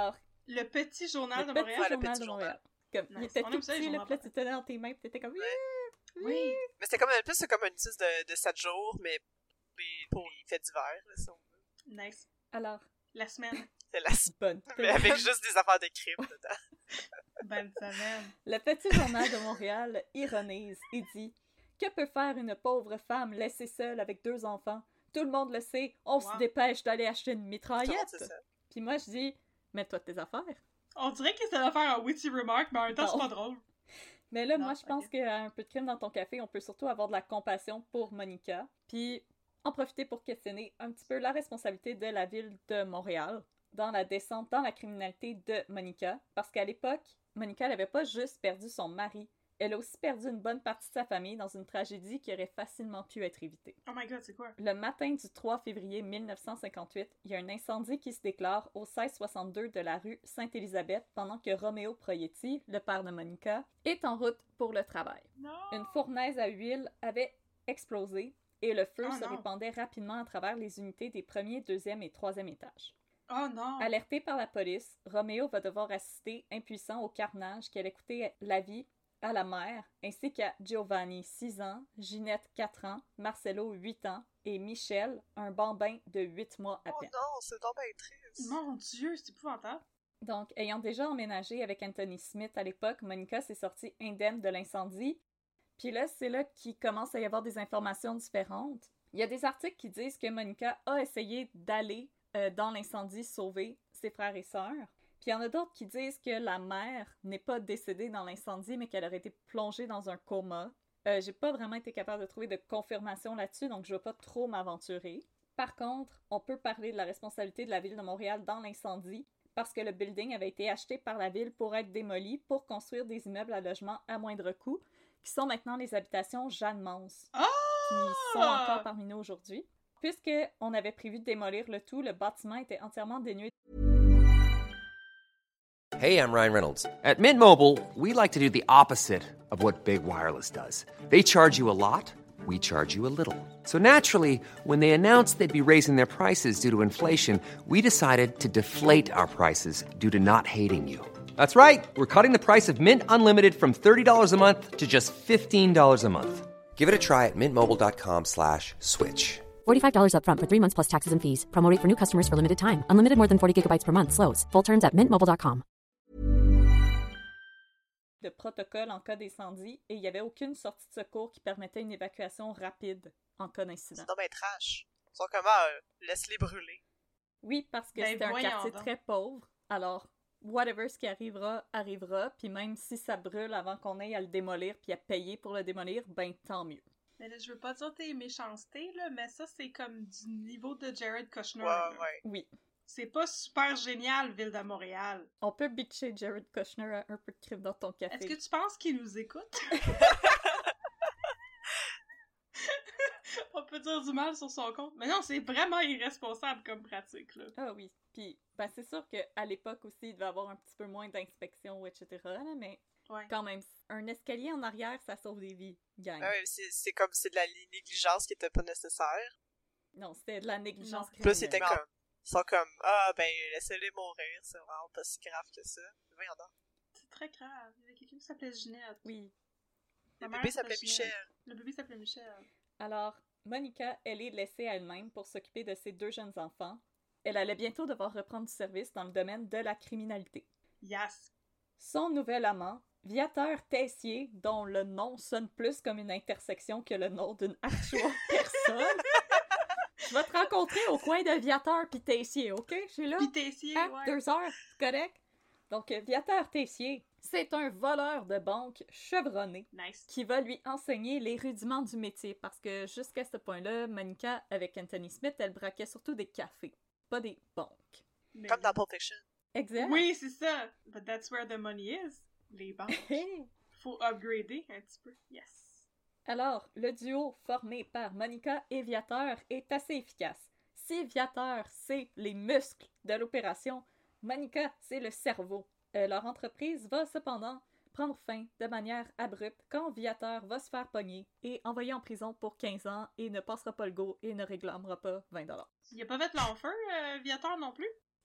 [SPEAKER 4] Le petit journal de
[SPEAKER 5] Le
[SPEAKER 4] Montréal.
[SPEAKER 5] petit journal de Montréal. Comme, il était tout petit, là, puis là, tu tenais dans tes mains, puis t'étais comme...
[SPEAKER 4] Oui.
[SPEAKER 6] Mais c'était comme un peu, c'est comme une notice de 7 jours, mais pour les faits divers, là, si on veut.
[SPEAKER 4] Nice.
[SPEAKER 5] Alors...
[SPEAKER 4] La semaine.
[SPEAKER 6] C'est la
[SPEAKER 5] Bonne.
[SPEAKER 6] mais avec juste des affaires de crime dedans.
[SPEAKER 4] Bonne semaine.
[SPEAKER 5] Le petit journal de Montréal ironise et dit « Que peut faire une pauvre femme laissée seule avec 2 enfants? Tout le monde le sait, on se dépêche d'aller acheter une mitraillette. » Puis moi, je dis « Mets-toi de tes affaires. »
[SPEAKER 4] On dirait que ça va faire un witty remark, mais en même temps, c'est pas drôle.
[SPEAKER 5] Mais là, moi, je pense qu'à un peu de crime dans ton café, on peut surtout avoir de la compassion pour Monica, puis en profiter pour questionner un petit peu la responsabilité de la ville de Montréal dans la descente dans la criminalité de Monica, parce qu'à l'époque, Monica n'avait pas juste perdu son mari, elle a aussi perdu une bonne partie de sa famille dans une tragédie qui aurait facilement pu être évitée.
[SPEAKER 4] Oh my god, c'est quoi?
[SPEAKER 5] Le matin du 3 février 1958, il y a un incendie qui se déclare au 1662 de la rue Sainte-Élisabeth pendant que Romeo Proietti, le père de Monica, est en route pour le travail.
[SPEAKER 4] Non!
[SPEAKER 5] Une fournaise à huile avait explosé et le feu se
[SPEAKER 4] non.
[SPEAKER 5] répandait rapidement à travers les unités des 1er, 2e et 3e étages.
[SPEAKER 4] Oh non!
[SPEAKER 5] Alerté par la police, Romeo va devoir assister impuissant au carnage qui allait coûter la vie à la mère, ainsi qu'à Giovanni, 6 ans, Ginette, 4 ans, Marcello, 8 ans, et Michel, un bambin de 8 mois à peine.
[SPEAKER 6] Oh non, c'est donc bien triste!
[SPEAKER 4] Mon Dieu, c'est épouvantable!
[SPEAKER 5] Donc, ayant déjà emménagé avec Anthony Smith à l'époque, Monica s'est sortie indemne de l'incendie. Puis là, c'est là qu'il commence à y avoir des informations différentes. Il y a des articles qui disent que Monica a essayé d'aller dans l'incendie sauver ses frères et sœurs. Puis il y en a d'autres qui disent que la mère n'est pas décédée dans l'incendie, mais qu'elle aurait été plongée dans un coma. J'ai pas vraiment été capable de trouver de confirmation là-dessus, donc je vais pas trop m'aventurer. Par contre, on peut parler de la responsabilité de la ville de Montréal dans l'incendie, parce que le building avait été acheté par la ville pour être démoli pour construire des immeubles à logement à moindre coût, qui sont maintenant les habitations Jeanne Mance, qui sont encore parmi nous aujourd'hui. Puisqu'on avait prévu de démolir le tout, le bâtiment était entièrement dénué.
[SPEAKER 7] Hey, I'm Ryan Reynolds. At Mint Mobile, we like to do the opposite of what Big Wireless does. They charge you a lot, we charge you a little. So naturally, when they announced they'd be raising their prices due to inflation, we decided to deflate our prices due to not hating you. That's right. We're cutting the price of Mint Unlimited from $30 a month to just $15 a month. Give it a try at mintmobile.com/switch.
[SPEAKER 8] $45 up front for 3 months plus taxes and fees. Promo rate for new customers for limited time. Unlimited more than 40 gigabytes per month. Slows full terms at mintmobile.com.
[SPEAKER 5] De protocole en cas d'incendie et il n'y avait aucune sortie de secours qui permettait une évacuation rapide en cas d'incident.
[SPEAKER 6] C'est donc bien trash. Ils sont comme, laisse-les brûler.
[SPEAKER 5] Oui, parce que c'était un quartier très pauvre. Alors, whatever ce qui arrivera, arrivera. Puis même si ça brûle avant qu'on aille à le démolir puis à payer pour le démolir, ben tant mieux.
[SPEAKER 4] Mais là, je veux pas dire tes méchancetés, là, mais ça, c'est comme du niveau de Jared Kushner.
[SPEAKER 6] Ouais.
[SPEAKER 5] Oui.
[SPEAKER 4] C'est pas super génial, Ville de Montréal.
[SPEAKER 5] On peut bitcher Jared Kushner à un peu de crime dans ton café.
[SPEAKER 4] Est-ce que tu penses qu'il nous écoute? On peut dire du mal sur son compte. Mais non, c'est vraiment irresponsable comme pratique, là.
[SPEAKER 5] Ah oui. Puis, ben c'est sûr qu'à l'époque aussi, il devait y avoir un petit peu moins d'inspection, etc. Là, mais quand même, un escalier en arrière, ça sauve des vies, gang.
[SPEAKER 6] Ah oui, c'est comme, c'est de la négligence qui était pas nécessaire.
[SPEAKER 5] Non, c'était de la négligence criminelle.
[SPEAKER 6] Plus c'était comme, ils sont comme, laissez-les mourir, c'est vraiment pas si grave que ça. Voyons donc.
[SPEAKER 4] C'est très grave. Il y avait quelqu'un qui s'appelait Ginette.
[SPEAKER 5] Oui.
[SPEAKER 6] Le bébé s'appelait Michel.
[SPEAKER 4] Le bébé s'appelait Michel.
[SPEAKER 5] Alors, Monica, elle est laissée à elle-même pour s'occuper de ses 2 jeunes enfants. Elle allait bientôt devoir reprendre du service dans le domaine de la criminalité.
[SPEAKER 4] Yes!
[SPEAKER 5] Son nouvel amant, Viateur Tessier, dont le nom sonne plus comme une intersection que le nom d'une actuelle personne. Je vais te rencontrer au coin de Viateur pis Tessier, ok? Je suis là.
[SPEAKER 4] Pis Tessier, ouais.
[SPEAKER 5] 2 heures, c'est correct? Donc, Viateur Tessier, c'est un voleur de banque chevronné qui va lui enseigner les rudiments du métier parce que jusqu'à ce point-là, Monica, avec Anthony Smith, elle braquait surtout des cafés, pas des banques.
[SPEAKER 6] Mais comme dans Pulp Fiction.
[SPEAKER 5] Exact.
[SPEAKER 4] Oui, c'est ça. But that's where the money is. Les banques. Faut upgrader un petit peu. Yes.
[SPEAKER 5] Alors, le duo formé par Monica et Viateur est assez efficace. Si Viateur, c'est les muscles de l'opération, Monica, c'est le cerveau. Leur entreprise va cependant prendre fin de manière abrupte quand Viateur va se faire pogner et envoyer en prison pour 15 ans et ne passera pas le go et ne réclamera pas $20.
[SPEAKER 4] Il a pas fait long feu, Viateur non plus?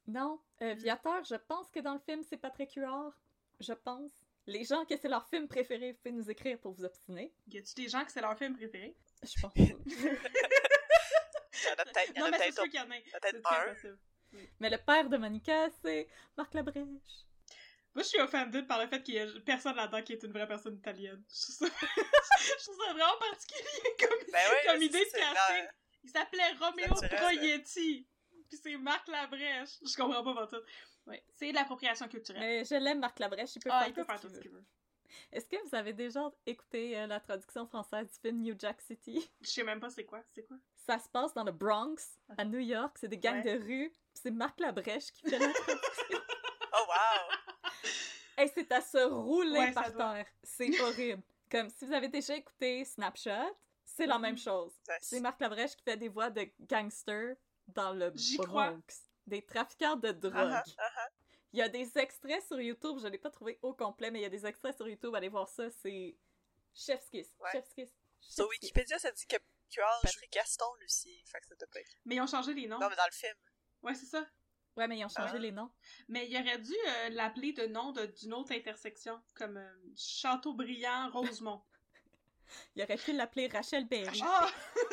[SPEAKER 5] Non, Viateur, je pense que dans le film, c'est Patrick Huard. Je pense. Les gens que c'est leur film préféré, vous pouvez nous écrire pour vous obstiner.
[SPEAKER 4] Y a-tu des gens que c'est leur film préféré?
[SPEAKER 5] Je pense.
[SPEAKER 6] Il y en a peut-être,
[SPEAKER 4] Non, mais c'est sûr qu'il y en a.
[SPEAKER 6] peut-être
[SPEAKER 4] C'est très
[SPEAKER 6] un.
[SPEAKER 4] possible. Oui.
[SPEAKER 5] Mais le père de Monica, c'est Marc Labrèche.
[SPEAKER 4] Moi, je suis offended par le fait qu'il y a personne là-dedans qui est une vraie personne italienne. Je trouve ça vraiment particulier comme idée de casting. Il s'appelait Romeo Proietti. Puis c'est Marc Labrèche. Je comprends pas votre tout. Ouais, c'est de l'appropriation culturelle.
[SPEAKER 5] Mais je l'aime, Marc Labrèche, il peut
[SPEAKER 4] il peut
[SPEAKER 5] faire
[SPEAKER 4] faire tout ce qu'il veut.
[SPEAKER 5] Est-ce que vous avez déjà écouté la traduction française du film New Jack City?
[SPEAKER 4] Je sais même pas c'est quoi. C'est quoi?
[SPEAKER 5] Ça se passe dans le Bronx, à New York, c'est des gangs de rue, pis c'est Marc Labrèche qui fait la traduction.
[SPEAKER 6] Oh wow!
[SPEAKER 5] Hey, c'est à se rouler
[SPEAKER 4] Ouais,
[SPEAKER 5] par terre. C'est horrible. Comme si vous avez déjà écouté Snapshot, c'est la même chose. C'est Marc Labrèche qui fait des voix de gangsters dans le Bronx. Des trafiquants de drogue. Il y a des extraits sur YouTube, je l'ai pas trouvé au complet, mais il y a des extraits sur YouTube, allez voir ça, c'est chef's kiss.
[SPEAKER 6] Ouais.
[SPEAKER 5] Chef's kiss.
[SPEAKER 6] Sur Wikipédia, ça dit que Patrick Gaston, Lucie. Fait que ça doit pas être.
[SPEAKER 4] Mais ils ont changé les noms.
[SPEAKER 6] Non, mais dans le film.
[SPEAKER 4] Ouais, c'est ça.
[SPEAKER 5] Ouais, mais ils ont changé les noms.
[SPEAKER 4] Mais il aurait dû l'appeler de nom d'une autre intersection, comme Châteaubriand-Rosemont.
[SPEAKER 5] Il aurait pu l'appeler Rachel Berry.
[SPEAKER 4] Ah!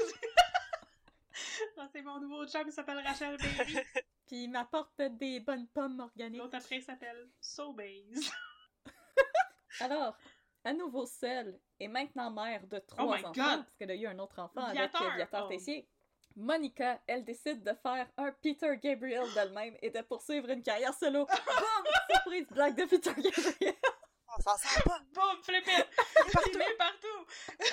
[SPEAKER 4] Non, c'est mon nouveau chum, il s'appelle Rachel Berry.
[SPEAKER 5] Puis il m'apporte des bonnes pommes organiques.
[SPEAKER 4] L'autre après, il s'appelle Sobeys.
[SPEAKER 5] Alors, à nouveau seule et maintenant mère de 3 enfants, parce qu'elle a eu un autre enfant avec Viateur Tessier. Monica, elle décide de faire un Peter Gabriel d'elle-même et de poursuivre une carrière solo. Boum! Surprise blague de Peter Gabriel!
[SPEAKER 6] On s'en sort pas!
[SPEAKER 4] Boum! Flippette! Il met partout!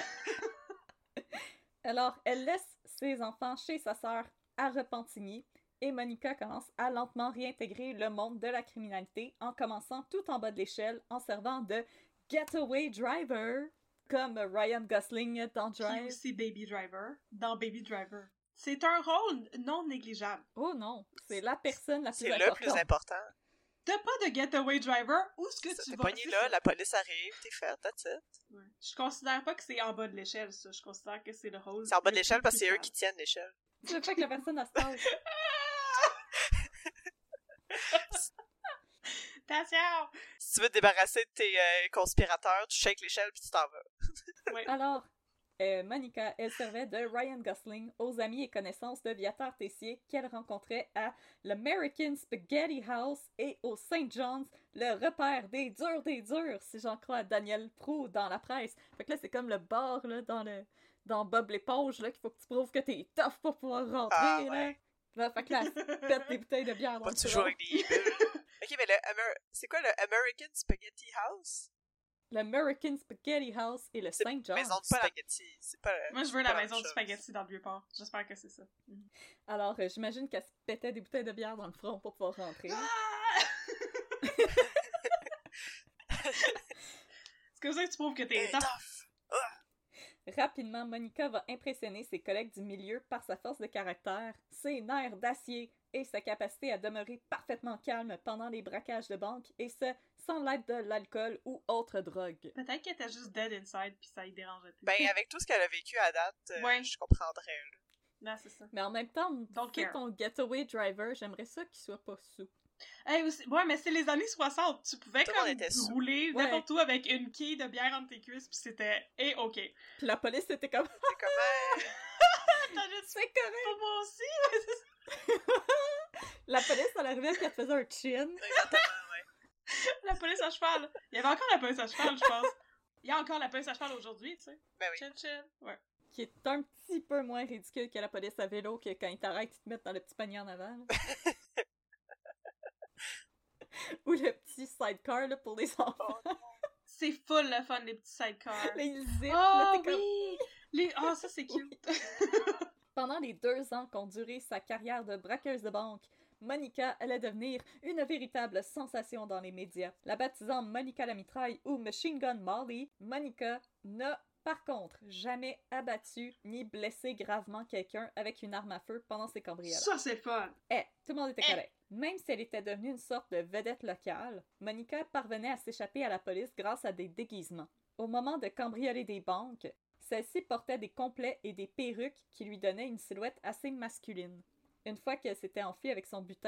[SPEAKER 5] Alors, elle laisse ses enfants chez sa sœur à Repentigny et Monica commence à lentement réintégrer le monde de la criminalité en commençant tout en bas de l'échelle en servant de getaway driver comme Ryan Gosling dans Drive.
[SPEAKER 4] Puis aussi Baby Driver dans Baby Driver. C'est un rôle non négligeable.
[SPEAKER 5] Oh non, c'est la personne la plus
[SPEAKER 6] importante.
[SPEAKER 5] importante.
[SPEAKER 6] C'est le plus important.
[SPEAKER 4] T'as pas de getaway driver, où est-ce que tu vas?
[SPEAKER 6] T'es pogné là, la police arrive, t'es fait, that's it.
[SPEAKER 4] Ouais. Je considère pas que c'est en bas de l'échelle, ça. Je considère que c'est le rôle.
[SPEAKER 6] C'est en bas de l'échelle parce que c'est eux qui tiennent l'échelle.
[SPEAKER 5] Tu veux pas que la personne a stage.
[SPEAKER 4] Attention!
[SPEAKER 6] Si tu veux te débarrasser de tes conspirateurs, tu shakes l'échelle puis tu t'en vas.
[SPEAKER 4] Ouais.
[SPEAKER 5] Alors, Monica, elle servait de Ryan Gosling aux amis et connaissances de Viateur Tessier qu'elle rencontrait à l'American Spaghetti House et au St. John's, le repère des durs, si j'en crois à Daniel Proulx dans la presse. Fait que là, c'est comme le bar, là, dans Bob l'éponge, là, qu'il faut que tu prouves que t'es tough pour pouvoir rentrer, là. Là, fait que là, pète des bouteilles de bière dans le
[SPEAKER 6] toujours avec des bulles. Ok, mais c'est quoi le American Spaghetti House?
[SPEAKER 5] L'American Spaghetti House et le St. John's.
[SPEAKER 6] C'est maison de spaghetti. C'est pas.
[SPEAKER 4] Moi, je veux la maison de spaghetti dans le Vieux-Port. J'espère que c'est ça.
[SPEAKER 5] Alors, j'imagine qu'elle se pétait des bouteilles de bière dans le front pour pouvoir rentrer.
[SPEAKER 4] C'est comme ça que tu prouves que t'es tough.
[SPEAKER 5] Rapidement, Monica va impressionner ses collègues du milieu par sa force de caractère, ses nerfs d'acier et sa capacité à demeurer parfaitement calme pendant les braquages de banque, et ce, sans l'aide de l'alcool ou autre drogue.
[SPEAKER 4] Peut-être qu'elle était juste dead inside pis ça y dérangeait plus.
[SPEAKER 6] Ben, avec tout ce qu'elle a vécu à date, je comprendrais.
[SPEAKER 4] Non, c'est ça.
[SPEAKER 5] Mais en même temps, c'est ton getaway driver, j'aimerais ça qu'il soit pas sous.
[SPEAKER 4] Hey, ouais, mais c'est les années 60. Tu pouvais rouler n'importe où avec une quille de bière entre tes cuisses, pis c'était OK.
[SPEAKER 5] Puis la police était comme...
[SPEAKER 6] C'est comme...
[SPEAKER 5] C'est correct.
[SPEAKER 4] Pour moi aussi, ouais, c'est ça.
[SPEAKER 5] La police, elle arrivait qu'elle faisait un chin.
[SPEAKER 6] Exactement, ouais.
[SPEAKER 4] La police à cheval. Il y avait encore la police à cheval, je pense. Il y a encore la police à cheval aujourd'hui, tu sais.
[SPEAKER 6] Ben oui.
[SPEAKER 4] Chin. Ouais.
[SPEAKER 5] Qui est un petit peu moins ridicule que la police à vélo, que quand ils t'arrêtent, ils te mettent dans le petit panier en avant. Ou le petit sidecar là, pour les enfants.
[SPEAKER 6] Oh,
[SPEAKER 4] c'est full le fun, les petits sidecars.
[SPEAKER 5] Les zips,
[SPEAKER 4] là,
[SPEAKER 5] t'es
[SPEAKER 4] oui! Comme... ça c'est cute!
[SPEAKER 5] Pendant les 2 ans qu'ont duré sa carrière de braqueuse de banque, Monica allait devenir une véritable sensation dans les médias. La baptisant Monica la mitraille ou Machine Gun Molly, Monica n'a par contre jamais abattu ni blessé gravement quelqu'un avec une arme à feu pendant ses cambriolages.
[SPEAKER 4] Ça c'est fun!
[SPEAKER 5] Tout le monde était correct. Même si elle était devenue une sorte de vedette locale, Monica parvenait à s'échapper à la police grâce à des déguisements. Au moment de cambrioler des banques, celle-ci portait des complets et des perruques qui lui donnaient une silhouette assez masculine. Une fois qu'elle s'était enfuie avec son butin,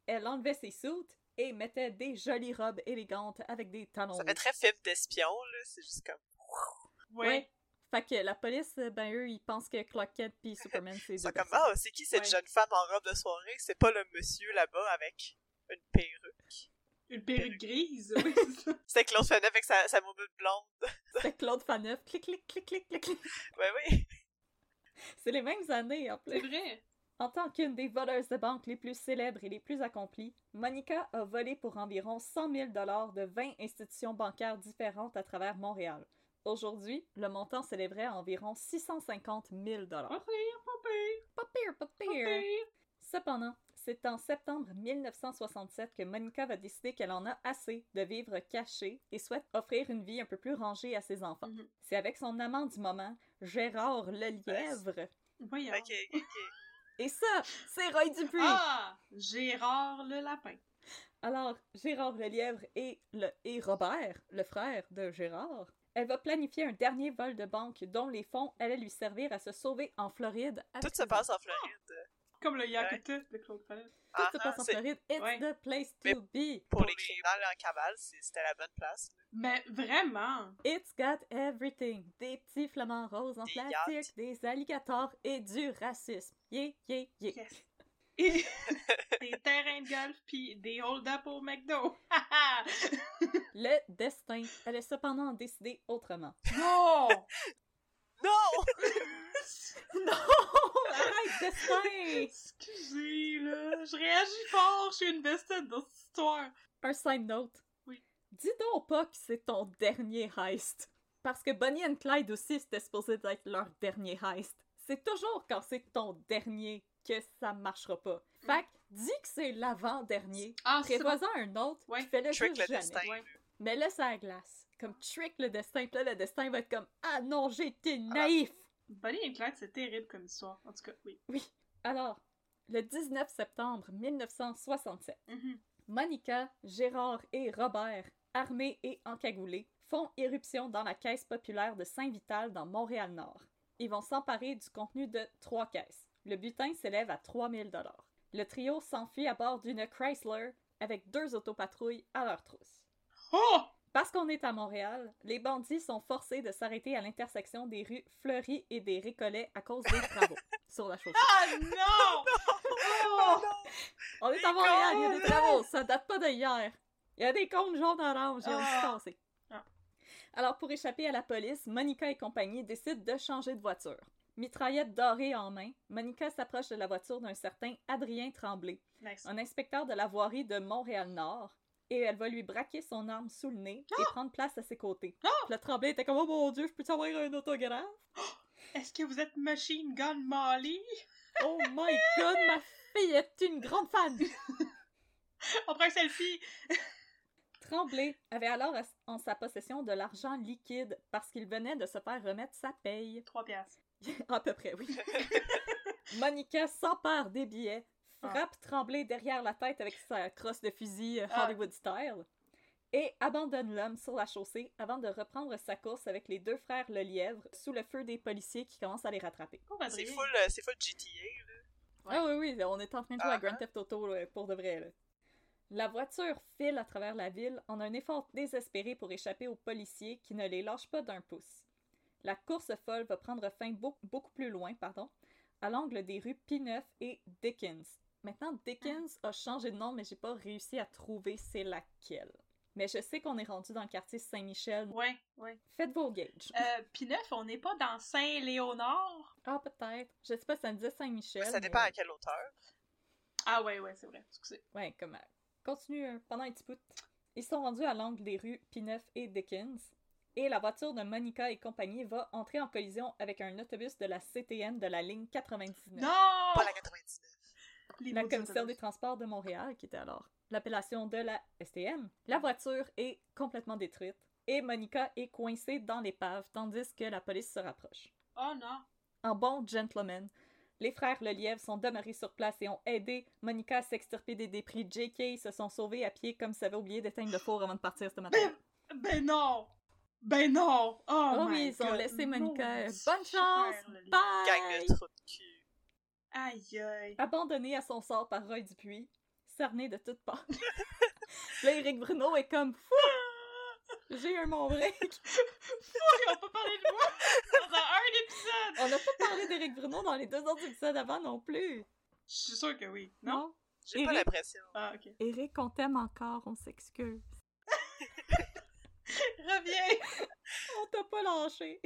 [SPEAKER 5] elle enlevait ses soutes et mettait des jolies robes élégantes avec des talons.
[SPEAKER 6] Ça fait très film d'espion, là. C'est juste comme...
[SPEAKER 5] Ouais. Fait que la police, ben eux, ils pensent que Clark Kent pis Superman, c'est deux
[SPEAKER 6] comme,
[SPEAKER 5] personnes.
[SPEAKER 6] c'est qui cette jeune femme en robe de soirée? C'est pas le monsieur là-bas avec une perruque.
[SPEAKER 4] Une perruque grise, oui.
[SPEAKER 6] C'était Claude Faneuf avec sa moumoute blonde.
[SPEAKER 5] C'était Claude Faneuf. Clic, clic, clic, clic, clic, clic.
[SPEAKER 6] Ouais, oui.
[SPEAKER 5] C'est les mêmes années, en plus.
[SPEAKER 4] C'est vrai.
[SPEAKER 5] En tant qu'une des voleuses de banque les plus célèbres et les plus accomplies, Monica a volé pour environ 100 000 $ de 20 institutions bancaires différentes à travers Montréal. Aujourd'hui, le montant s'élèverait à environ 650 000 $.
[SPEAKER 4] Pas pire.
[SPEAKER 5] Pas pire. Cependant, c'est en septembre 1967 que Monica va décider qu'elle en a assez de vivre cachée et souhaite offrir une vie un peu plus rangée à ses enfants.
[SPEAKER 4] Mm-hmm.
[SPEAKER 5] C'est avec son amant du moment, Gérard Lelièvre.
[SPEAKER 4] Voyons.
[SPEAKER 6] Ok.
[SPEAKER 5] Et ça, c'est Roy Dupuis!
[SPEAKER 4] Ah! Gérard le lapin.
[SPEAKER 5] Alors, Gérard Lelièvre et Robert, le frère de Gérard, elle va planifier un dernier vol de banque dont les fonds allaient lui servir à se sauver en Floride.
[SPEAKER 6] Tout se passe en Floride.
[SPEAKER 4] Comme le Yakuta de Claude Faneuf.
[SPEAKER 5] Tout se passe en Floride. It's the place to be.
[SPEAKER 6] Pour les criminels en cavale, c'était la bonne place.
[SPEAKER 4] Mais vraiment!
[SPEAKER 5] It's got everything. Des petits flamants roses en plastique, des alligators et du racisme. Yeah.
[SPEAKER 4] Yes. Et des terrains de golf pis des hold-up au McDo.
[SPEAKER 5] Le destin allait cependant décider autrement.
[SPEAKER 4] Non!
[SPEAKER 6] Non!
[SPEAKER 5] Non! Arrête, destin!
[SPEAKER 4] Excusez, là. Je réagis fort. Je suis invested dans cette histoire.
[SPEAKER 5] Un side note.
[SPEAKER 4] Oui.
[SPEAKER 5] Dis donc pas que c'est ton dernier heist. Parce que Bonnie and Clyde aussi, c'était supposé être leur dernier heist. C'est toujours quand c'est ton dernier que ça marchera pas. Fait que dis que c'est l'avant-dernier. Prévois-en un autre, puis fais-le juste jamais.
[SPEAKER 6] Destin.
[SPEAKER 5] Mets-le sur la glace. Comme trick le destin, puis là, le destin va être comme « Ah non, j'ai été naïf! »
[SPEAKER 4] Bonnie and Clyde, c'est terrible comme histoire. En tout cas, oui.
[SPEAKER 5] Oui. Alors, le 19 septembre 1967, Monica, Gérard et Robert, armés et encagoulés, font éruption dans la caisse populaire de Saint-Vital dans Montréal-Nord. Ils vont s'emparer du contenu de 3 caisses. Le butin s'élève à 3 000 $. Le trio s'enfuit à bord d'une Chrysler avec 2 autopatrouilles à leur trousse.
[SPEAKER 4] Oh!
[SPEAKER 5] Parce qu'on est à Montréal, les bandits sont forcés de s'arrêter à l'intersection des rues Fleury et des Récollets à cause des travaux sur la chaussée.
[SPEAKER 4] Ah non! Oh!
[SPEAKER 5] On est à Montréal, il y a des travaux, ça date pas d'hier. Il y a des cônes jaunes-orange, ils ont dû tasser. Alors, pour échapper à la police, Monica et compagnie décident de changer de voiture. Mitraillette dorée en main, Monica s'approche de la voiture d'un certain Adrien Tremblay, un inspecteur de la voirie de Montréal-Nord, et elle va lui braquer son arme sous le nez et prendre place à ses côtés. Le Tremblay était comme « Oh mon Dieu, je peux-tu avoir un autographe? »
[SPEAKER 4] Est-ce que vous êtes Machine Gun Molly?
[SPEAKER 5] Oh my God, ma fille est une grande fan!
[SPEAKER 4] On prend un selfie!
[SPEAKER 5] Tremblay avait alors en sa possession de l'argent liquide parce qu'il venait de se faire remettre sa paye.
[SPEAKER 4] 3 piastres.
[SPEAKER 5] À peu près, oui. Monica s'empare des billets, frappe Tremblay derrière la tête avec sa crosse de fusil Hollywood style et abandonne l'homme sur la chaussée avant de reprendre sa course avec les 2 frères Lelièvre sous le feu des policiers qui commencent à les rattraper.
[SPEAKER 6] C'est full GTA, là.
[SPEAKER 5] Ah oui, on est en train de jouer à Grand Theft Auto là, pour de vrai, là. La voiture file à travers la ville en un effort désespéré pour échapper aux policiers qui ne les lâchent pas d'un pouce. La course folle va prendre fin beaucoup plus loin, à l'angle des rues P9 et Dickens. Maintenant, Dickens a changé de nom, mais j'ai pas réussi à trouver c'est laquelle. Mais je sais qu'on est rendu dans le quartier Saint-Michel.
[SPEAKER 4] Ouais.
[SPEAKER 6] Faites
[SPEAKER 5] vos gages.
[SPEAKER 4] P9, on n'est pas dans Saint-Léonard?
[SPEAKER 5] Ah, peut-être. Je sais pas, ça me disait Saint-Michel.
[SPEAKER 6] Ça dépend à quelle hauteur.
[SPEAKER 4] Ah ouais, c'est vrai. Excusez.
[SPEAKER 5] Ouais, comme... Continue pendant un petit bout. Ils sont rendus à l'angle des rues P9 et Dickens. Et la voiture de Monica et compagnie va entrer en collision avec un autobus de la CTN de la ligne 99.
[SPEAKER 4] Non!
[SPEAKER 6] Pas la 99.
[SPEAKER 5] La commissaire des transports de Montréal, qui était alors l'appellation de la STM. La voiture est complètement détruite et Monica est coincée dans l'épave tandis que la police se rapproche.
[SPEAKER 4] Oh non!
[SPEAKER 5] En bon gentleman, les frères Lelièvre sont demeurés sur place et ont aidé Monica à s'extirper des débris. JK se sont sauvés à pied comme s'ils avaient oublié d'éteindre le four avant de partir ce matin.
[SPEAKER 4] Ben non! Oh
[SPEAKER 5] oui, ils ont laissé Monica. Bonne chance! Bye!
[SPEAKER 6] Gang de trous de cul.
[SPEAKER 4] Aïe aïe.
[SPEAKER 5] Abandonnée à son sort par Roy Dupuis, cerné de toutes parts. Là, Éric Bruno est comme fou! J'ai eu mon break!
[SPEAKER 4] Ils ont pas parlé de moi dans un épisode!
[SPEAKER 5] On n'a pas parlé d'Éric Bruno dans les 2 autres épisodes avant non plus!
[SPEAKER 4] Je suis sûre que oui. Non?
[SPEAKER 6] J'ai pas l'impression.
[SPEAKER 4] Ah, ok.
[SPEAKER 5] Éric, on t'aime encore, on s'excuse.
[SPEAKER 4] Reviens!
[SPEAKER 5] On t'a pas lâché!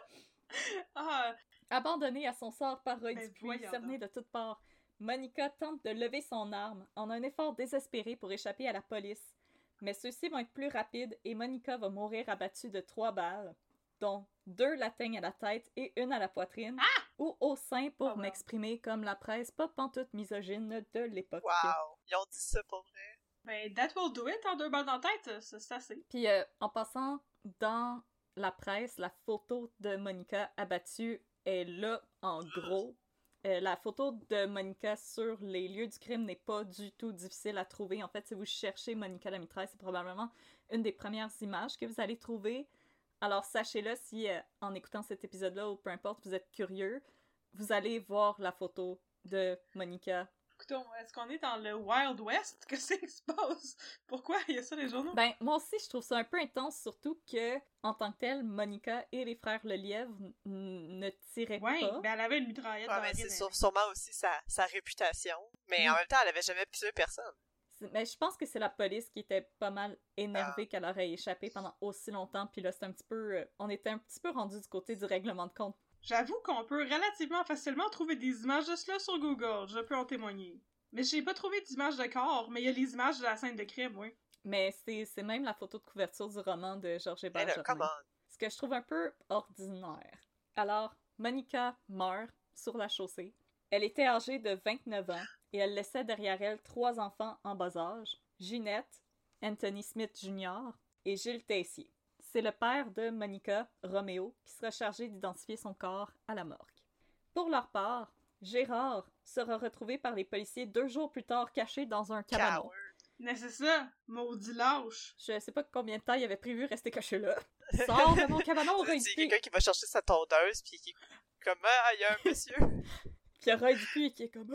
[SPEAKER 4] Ah,
[SPEAKER 5] Abandonnée à son sort par Roy
[SPEAKER 4] Ben,
[SPEAKER 5] Dupuis,
[SPEAKER 4] voyons
[SPEAKER 5] cernée de toutes parts, Monica tente de lever son arme en un effort désespéré pour échapper à la police. Mais ceux-ci vont être plus rapides et Monica va mourir abattue de 3 balles, dont 2 l'atteignent à la tête et 1 à la poitrine, ou au sein pour m'exprimer comme la presse pas pantoute misogyne de l'époque.
[SPEAKER 6] Wow! Ils ont dit ça pour vrai.
[SPEAKER 4] ben, that will do it en 2 balles dans la tête, c'est assez.
[SPEAKER 5] Puis en passant, dans la presse, la photo de Monica abattue est là en gros. La photo de Monica sur les lieux du crime n'est pas du tout difficile à trouver. En fait, si vous cherchez Monica la mitraille, c'est probablement une des premières images que vous allez trouver. Alors sachez-le, si en écoutant cet épisode-là, ou peu importe, vous êtes curieux, vous allez voir la photo de Monica.
[SPEAKER 4] Écoutons, est-ce qu'on est dans le Wild West? Qu'est-ce qui se passe? Pourquoi il y a ça les journaux?
[SPEAKER 5] Ben, moi aussi, je trouve ça un peu intense, surtout que, en tant que telle, Monica et les frères Lelièvre ne tiraient pas.
[SPEAKER 4] Ben elle avait une mitraillette dans la
[SPEAKER 6] mais
[SPEAKER 4] gueule.
[SPEAKER 6] c'est sûrement aussi sa réputation. Mais en même temps, elle avait jamais tué personne.
[SPEAKER 5] Mais je pense que c'est la police qui était pas mal énervée qu'elle aurait échappé pendant aussi longtemps, puis là, c'est un petit peu... on était un petit peu rendu du côté du règlement de compte.
[SPEAKER 4] J'avoue qu'on peut relativement facilement trouver des images de cela sur Google, je peux en témoigner. Mais j'ai pas trouvé d'images de corps, mais il y a les images de la scène de crime, oui.
[SPEAKER 5] Mais c'est même la photo de couverture du roman de Georges Hébert Germain. Ce que je trouve un peu ordinaire. Alors, Monica meurt sur la chaussée. Elle était âgée de 29 ans et elle laissait derrière elle 3 enfants en bas âge, Ginette, Anthony Smith Jr. et Gilles Tessier. C'est le père de Monica, Roméo, qui sera chargé d'identifier son corps à la morgue. Pour leur part, Gérard sera retrouvé par les policiers 2 jours plus tard caché dans un cabanon.
[SPEAKER 4] Mais c'est ça, maudit lâche.
[SPEAKER 5] Je sais pas combien de temps il avait prévu rester caché là. Sors de mon cabanon, Roy Dupuis!
[SPEAKER 6] C'est quelqu'un qui va chercher sa tondeuse, puis qui est comme « Ah, il y a un monsieur! »
[SPEAKER 5] Puis il y a Roy Dupuis qui est comme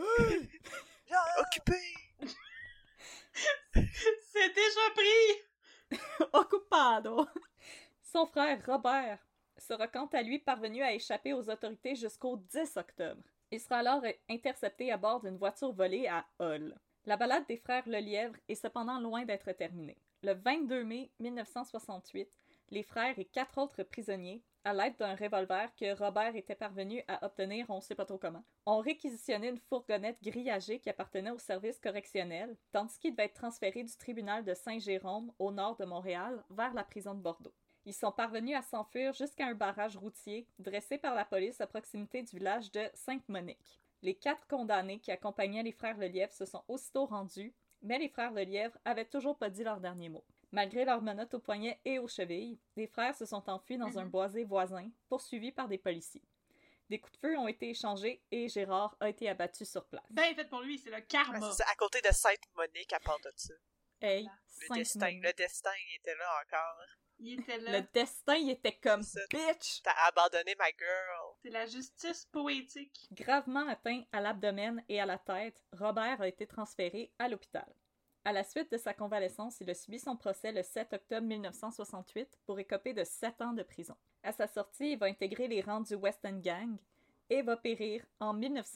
[SPEAKER 5] «
[SPEAKER 6] Occupé! »
[SPEAKER 4] C'est déjà pris!
[SPEAKER 5] Occupado! Son frère Robert sera quant à lui parvenu à échapper aux autorités jusqu'au 10 octobre. Il sera alors intercepté à bord d'une voiture volée à Hull. La balade des frères Lelièvre est cependant loin d'être terminée. Le 22 mai 1968, les frères et 4 autres prisonniers, à l'aide d'un revolver que Robert était parvenu à obtenir on sait pas trop comment, ont réquisitionné une fourgonnette grillagée qui appartenait au service correctionnel, tandis qu'il devait être transféré du tribunal de Saint-Jérôme, au nord de Montréal, vers la prison de Bordeaux. Ils sont parvenus à s'enfuir jusqu'à un barrage routier dressé par la police à proximité du village de Sainte-Monique. Les 4 condamnés qui accompagnaient les frères Lelièvre se sont aussitôt rendus, mais les frères Lelièvre avaient toujours pas dit leur dernier mot. Malgré leurs menottes aux poignets et aux chevilles, les frères se sont enfuis dans un boisé voisin, poursuivis par des policiers. Des coups de feu ont été échangés et Gérard a été abattu sur place.
[SPEAKER 4] Ben fait pour lui, c'est le karma.
[SPEAKER 6] Ouais, c'est à côté de Sainte-Monique, à part de ça.
[SPEAKER 5] Hey,
[SPEAKER 6] Le destin, il était là encore.
[SPEAKER 4] Il était là.
[SPEAKER 5] Le destin, il était comme « Bitch! »
[SPEAKER 6] T'as abandonné ma girl.
[SPEAKER 4] C'est la justice poétique.
[SPEAKER 5] Gravement atteint à l'abdomen et à la tête, Robert a été transféré à l'hôpital. À la suite de sa convalescence, il a subi son procès le 7 octobre 1968 pour écoper de 7 ans de prison. À sa sortie, il va intégrer les rangs du West End Gang et va périr en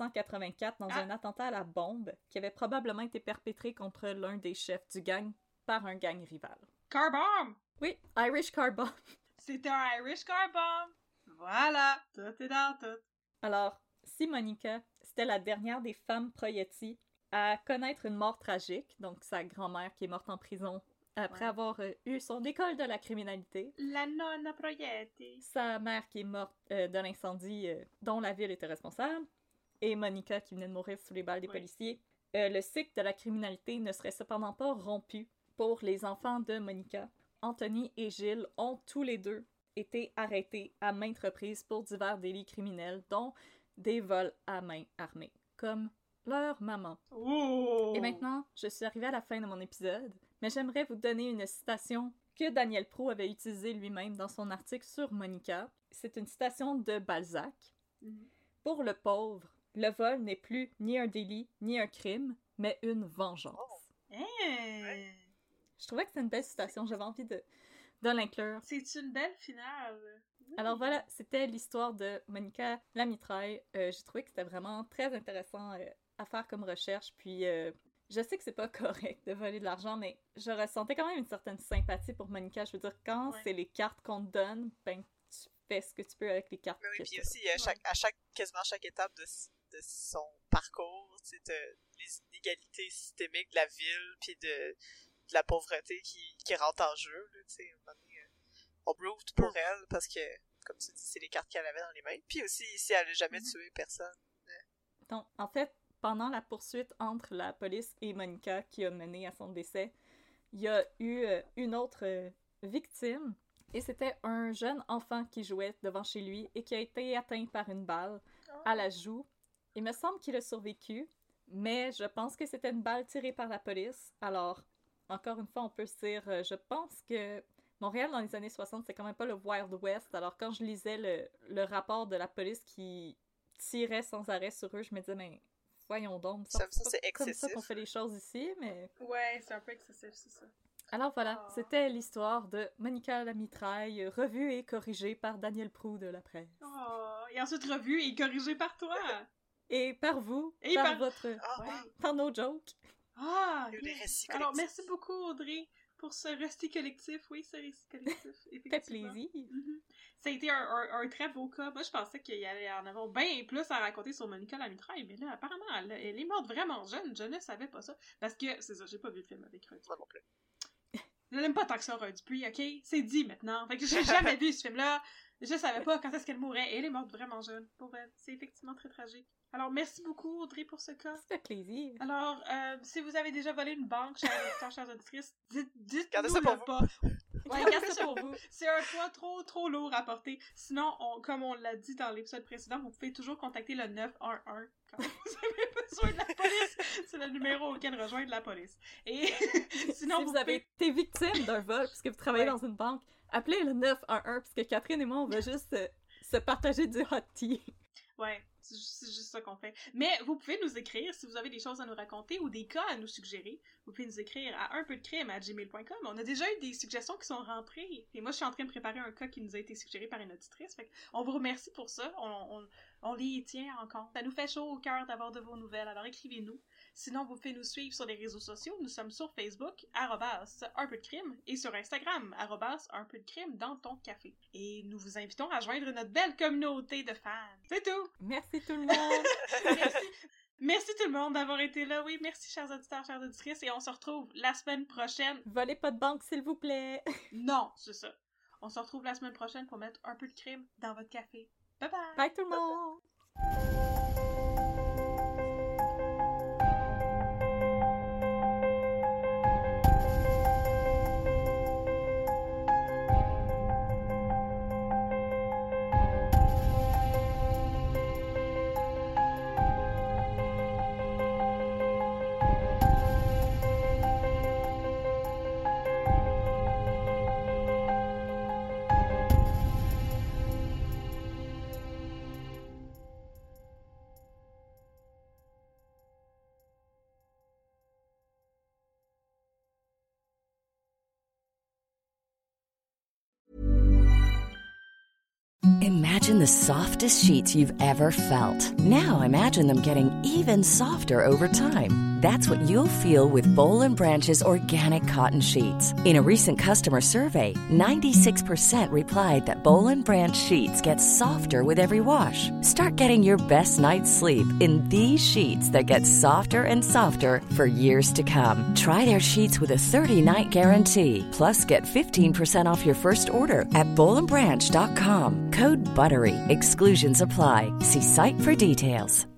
[SPEAKER 5] 1984 dans un attentat à la bombe qui avait probablement été perpétré contre l'un des chefs du gang par un gang rival.
[SPEAKER 4] Car bomb!
[SPEAKER 5] Oui, Irish Car Bomb.
[SPEAKER 4] C'était un Irish Car bomb! Voilà, tout est dans tout.
[SPEAKER 5] Alors, si Monica, c'était la dernière des femmes Proietti à connaître une mort tragique, donc sa grand-mère qui est morte en prison après avoir eu son école de la criminalité.
[SPEAKER 4] La nonna Proietti.
[SPEAKER 5] Sa mère qui est morte de l'incendie dont la ville était responsable. Et Monica qui venait de mourir sous les balles des policiers. Le cycle de la criminalité ne serait cependant pas rompu pour les enfants de Monica. Anthony et Gilles ont tous les deux été arrêtés à maintes reprises pour divers délits criminels, dont des vols à main armée, comme leur maman.
[SPEAKER 4] Oh!
[SPEAKER 5] Et maintenant, je suis arrivée à la fin de mon épisode, mais j'aimerais vous donner une citation que Daniel Proulx avait utilisée lui-même dans son article sur Monica. C'est une citation de Balzac. Pour le pauvre, le vol n'est plus ni un délit ni un crime, mais une vengeance.
[SPEAKER 6] Ouais.
[SPEAKER 5] Je trouvais que c'était une belle citation, j'avais envie de l'inclure.
[SPEAKER 4] C'est une belle finale.
[SPEAKER 5] Alors voilà, c'était l'histoire de Monica Lamitraille. J'ai trouvé que c'était vraiment très intéressant à faire comme recherche, puis je sais que c'est pas correct de voler de l'argent, mais je ressentais quand même une certaine sympathie pour Monica. Je veux dire, quand c'est les cartes qu'on te donne, ben tu fais ce que tu peux avec les cartes.
[SPEAKER 6] Mais oui, puis aussi, quasiment chaque étape de son parcours, c'est les inégalités systémiques de la ville, puis de la pauvreté qui rentre en jeu, là, tu sais, on root pour elle, parce que, comme tu dis, c'est les cartes qu'elle avait dans les mains, puis aussi, si elle n'a jamais tué personne.
[SPEAKER 5] Donc, en fait, pendant la poursuite entre la police et Monica qui a mené à son décès, il y a eu une autre victime, et c'était un jeune enfant qui jouait devant chez lui et qui a été atteint par une balle à la joue. Il me semble qu'il a survécu, mais je pense que c'était une balle tirée par la police. Alors, encore une fois, on peut se dire, je pense que Montréal, dans les années 60, c'est quand même pas le Wild West. Alors, quand je lisais le rapport de la police qui tirait sans arrêt sur eux, je me disais, mais voyons donc,
[SPEAKER 6] c'est
[SPEAKER 5] pas comme ça qu'on fait les choses ici, mais...
[SPEAKER 4] Ouais, c'est un peu excessif, c'est ça.
[SPEAKER 5] Alors voilà, c'était l'histoire de Monica Lamitraille, revue et corrigée par Daniel Proulx de La Presse.
[SPEAKER 4] Et ensuite revue et corrigée par toi!
[SPEAKER 5] Et par vous,
[SPEAKER 4] et
[SPEAKER 5] par par nos jokes.
[SPEAKER 4] Alors, merci beaucoup, Audrey, pour ce récit collectif. Oui, ce récit collectif, effectivement.
[SPEAKER 5] Fait plaisir.
[SPEAKER 4] Ça a été un très beau cas. Moi, je pensais qu'il y allait en avoir bien plus à raconter sur Monica Lamitraille, mais là, apparemment, elle est morte vraiment jeune. Je ne savais pas ça. Parce que, c'est ça, j'ai pas vu le film avec Roy Dupuis. Je l'aime pas tant que ça, Roy Dupuis, ok? C'est dit maintenant. Fait que j'ai jamais vu ce film-là. Je savais pas quand est-ce qu'elle mourrait. Et elle est morte vraiment jeune. Pour elle. C'est effectivement très tragique. Alors, merci beaucoup, Audrey, pour ce cas.
[SPEAKER 5] Ça fait plaisir.
[SPEAKER 4] Alors, si vous avez déjà volé une banque, chers auditeurs, chères auditrices, dites-nous-le pas. Ouais, gardez ça pour vous. C'est un poids trop lourd à porter. Sinon, comme on l'a dit dans l'épisode précédent, vous pouvez toujours contacter le 911 quand vous avez besoin de la police. C'est le numéro auquel rejoindre la police. Et sinon,
[SPEAKER 5] si vous avez été victime d'un vol puisque vous travaillez dans une banque, appelez le 911 puisque Catherine et moi, on va juste se partager du hot tea.
[SPEAKER 4] Ouais, c'est juste ça qu'on fait. Mais vous pouvez nous écrire si vous avez des choses à nous raconter ou des cas à nous suggérer. Vous pouvez nous écrire à unpeudecrime@gmail.com. On a déjà eu des suggestions qui sont rentrées. Et moi, je suis en train de préparer un cas qui nous a été suggéré par une auditrice. Fait on vous remercie pour ça. On les tient en compte. Ça nous fait chaud au cœur d'avoir de vos nouvelles. Alors écrivez-nous. Sinon, vous pouvez nous suivre sur les réseaux sociaux. Nous sommes sur Facebook, @unpeudecrime, et sur Instagram, @unpeudecrime dans ton café. Et nous vous invitons à joindre notre belle communauté de fans. C'est tout!
[SPEAKER 5] Merci tout le monde!
[SPEAKER 4] Merci tout le monde d'avoir été là. Oui, merci chers auditeurs, chères auditrices. Et on se retrouve la semaine prochaine.
[SPEAKER 5] Volez pas de banque, s'il vous plaît!
[SPEAKER 4] Non, c'est ça. On se retrouve la semaine prochaine pour mettre un peu de crime dans votre café. Bye bye!
[SPEAKER 5] Bye tout le monde!
[SPEAKER 3] Imagine the softest sheets you've ever felt. Now imagine them getting even softer over time. That's what you'll feel with Boll & Branch's organic cotton sheets. In a recent customer survey, 96% replied that Boll & Branch sheets get softer with every wash. Start getting your best night's sleep in these sheets that get softer and softer for years to come. Try their sheets with a 30-night guarantee. Plus, get 15% off your first order at bollandbranch.com. Code BUTTERY. Exclusions apply. See site for details.